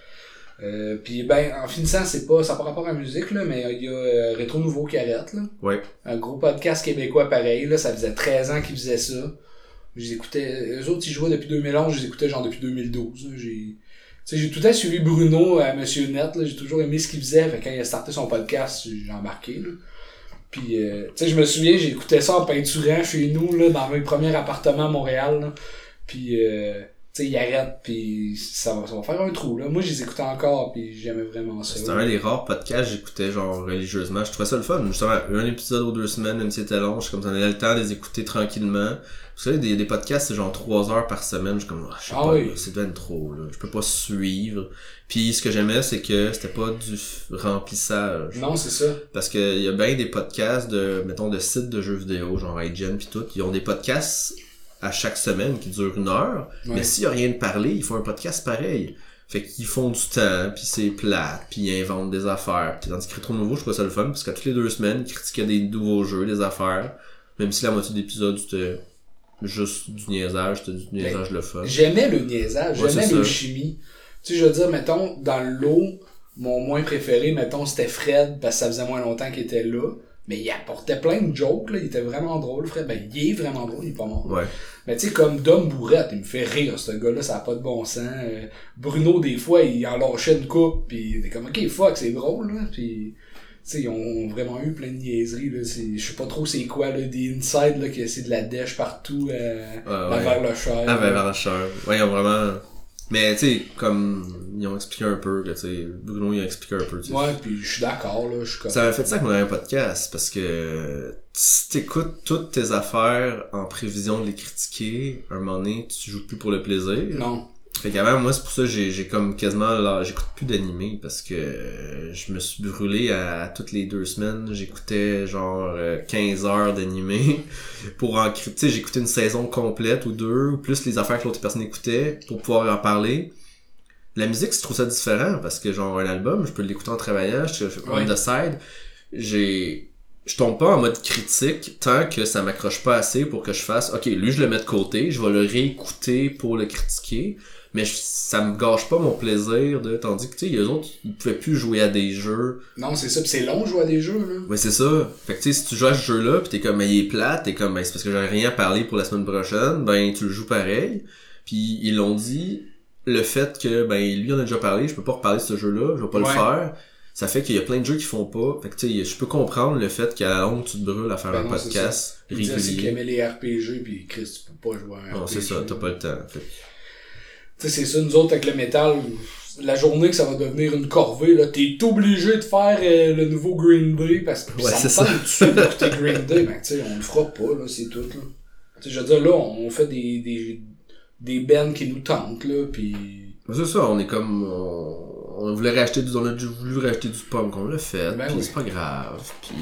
Euh, puis ben, en finissant, c'est pas, ça n'a pas rapport à la musique, là, mais il y a euh, Rétro Nouveau qui arrête, là. Ouais. Un gros podcast québécois pareil, là, ça faisait treize ans qu'ils faisaient ça. Je les écoutais, eux autres ils jouaient depuis deux mille onze, je les écoutais genre depuis deux mille douze. Là. J'ai, tu sais, j'ai tout le temps suivi Bruno à Monsieur Net, là, j'ai toujours aimé ce qu'il faisait, fait que quand il a starté son podcast, j'ai embarqué, là. Puis, euh, tu sais, je me souviens, j'écoutais ça en peinturant chez nous, là, dans mes premiers appartements à Montréal, là. Puis, euh, tu sais, ils arrêtent, puis ça va, ça va faire un trou, là. Moi, je les écoutais encore, puis j'aimais vraiment ça. C'était un des rares podcasts que j'écoutais genre religieusement. Je trouvais ça le fun. Justement, un épisode aux deux semaines, même si c'était long, je suis comme ça, on avait le temps de les écouter tranquillement. Vous savez, des, des podcasts, c'est genre trois heures par semaine. Je suis comme, oh, je sais Ah pas, oui. là, c'est devenu trop, là. Je peux pas suivre. Puis ce que j'aimais, c'est que c'était pas du f- remplissage. Non, c'est ça. Parce que il y a bien des podcasts de, mettons, de sites de jeux vidéo, genre iGen pis tout. Ils ont des podcasts à chaque semaine qui durent une heure. Ouais. Mais s'il y a rien de parler, ils font un podcast pareil. Fait qu'ils font du temps, puis c'est plat, puis ils inventent des affaires. Puis tandis que Rétro Nouveau, je trouve ça le fun, parce qu'à toutes les deux semaines, ils critiquaient des nouveaux jeux, des affaires. Même si la moitié de l'épisode, c'était juste du niaisage, c'était du niaisage le fun. J'aimais le niaisage, Ouais, j'aimais c'est les ça. chimies. Tu sais, je veux dire, mettons, dans l'eau, mon moins préféré, mettons, c'était Fred, parce que ça faisait moins longtemps qu'il était là. Mais il apportait plein de jokes, là. Il était vraiment drôle, Fred. Ben, il est vraiment drôle, il est pas mort. Ouais. Mais tu sais, comme Dom Bourrette, il me fait rire, ce gars-là, ça a pas de bon sens. Euh, Bruno, des fois, il en lâchait une coupe, pis il était comme, ok, fuck, c'est drôle, là. Pis, tu sais, ils ont vraiment eu plein de niaiseries, là. C'est, je sais pas trop c'est quoi, là, des insides, là, que c'est de la dèche partout, euh, Ouais, ouais. vers le cher. Ah, ben, vers la chair. Ouais, ils ont vraiment... Mais, tu sais, comme, ils ont expliqué un peu, que, tu sais, Bruno, il a expliqué un peu, tu sais. Ouais, pis je suis d'accord, là, je suis comme... Ça m'a fait ça avec mon dernier podcast, parce que si t'écoutes toutes tes affaires en prévision de les critiquer, à un moment donné, tu joues plus pour le plaisir. Non. Fait qu'avant, moi, c'est pour ça que j'ai, j'ai comme quasiment, là, j'écoute plus d'animé, parce que euh, je me suis brûlé à, à toutes les deux semaines, j'écoutais genre euh, quinze heures d'animé pour en cri- tu sais, j'écoutais une saison complète ou deux, ou plus les affaires que l'autre personne écoutait, pour pouvoir en parler. La musique, je trouve ça différent, parce que genre, un album, je peux l'écouter en travaillant, je fais on Ouais. the side, j'ai... Je tombe pas en mode critique tant que ça m'accroche pas assez pour que je fasse ok, lui je le mets de côté, je vais le réécouter pour le critiquer, mais je- ça me gâche pas mon plaisir de tandis que tu sais les autres ils pouvaient plus jouer à des jeux. Non, c'est ça, pis c'est long de jouer à des jeux, là. Ouais, c'est ça. Fait que tu sais si tu joues à ce jeu-là, puis t'es comme ben, il est plate, t'es comme ben c'est parce que j'aurais rien à parler pour la semaine prochaine, ben tu le joues pareil. Puis ils l'ont dit le fait que ben lui on a déjà parlé, je peux pas reparler de ce jeu-là, je vais pas Ouais. le faire. Ça fait qu'il y a plein de jeux qui font pas. Fait que tu sais, je peux comprendre le fait qu'à la longue tu te brûles à faire Ben un non, c'est podcast Il disait aussi qu'il régulier. aimait les R P G, pis Chris, tu peux pas jouer à un Non, R P G. c'est ça, t'as pas le temps. Fait que- Tu sais, c'est ça, nous autres, avec le métal, la journée que ça va devenir une corvée, là, t'es obligé de faire euh, le nouveau Green Day, parce que Ouais, ça c'est me ça. tente dessus d'écouter Green Day, ben, tu sais, on le fera pas, là, c'est tout, là. Tu sais, je veux dire, là, on fait des, des, des bands qui nous tentent, là, pis... Mais c'est ça, on est comme... On, on voulait racheter du... On a voulu racheter du punk, on l'a fait, Ben pis oui. c'est pas grave. Pis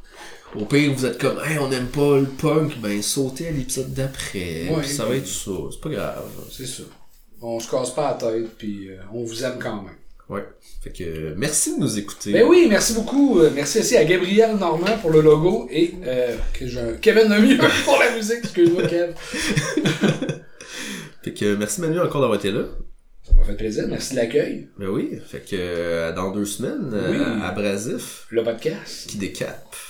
au pire, vous êtes comme, hey, on aime pas le punk, ben sautez à l'épisode d'après, Ouais, pis ça va être ça, c'est pas grave. C'est ça. On se casse pas la tête, puis euh, on vous aime quand même. Ouais. Fait que euh, merci de nous écouter. Ben oui, merci beaucoup. Euh, merci aussi à Gabriel Normand pour le logo et euh, que j'ai un... Kevin Lemieux pour la musique. Excuse-moi, Kev. Fait que merci Manu encore d'avoir été là. Ça m'a fait plaisir. Merci de l'accueil. Ben oui. Fait que euh, dans deux semaines, Oui. euh, Abrasif. Le podcast. Qui décape.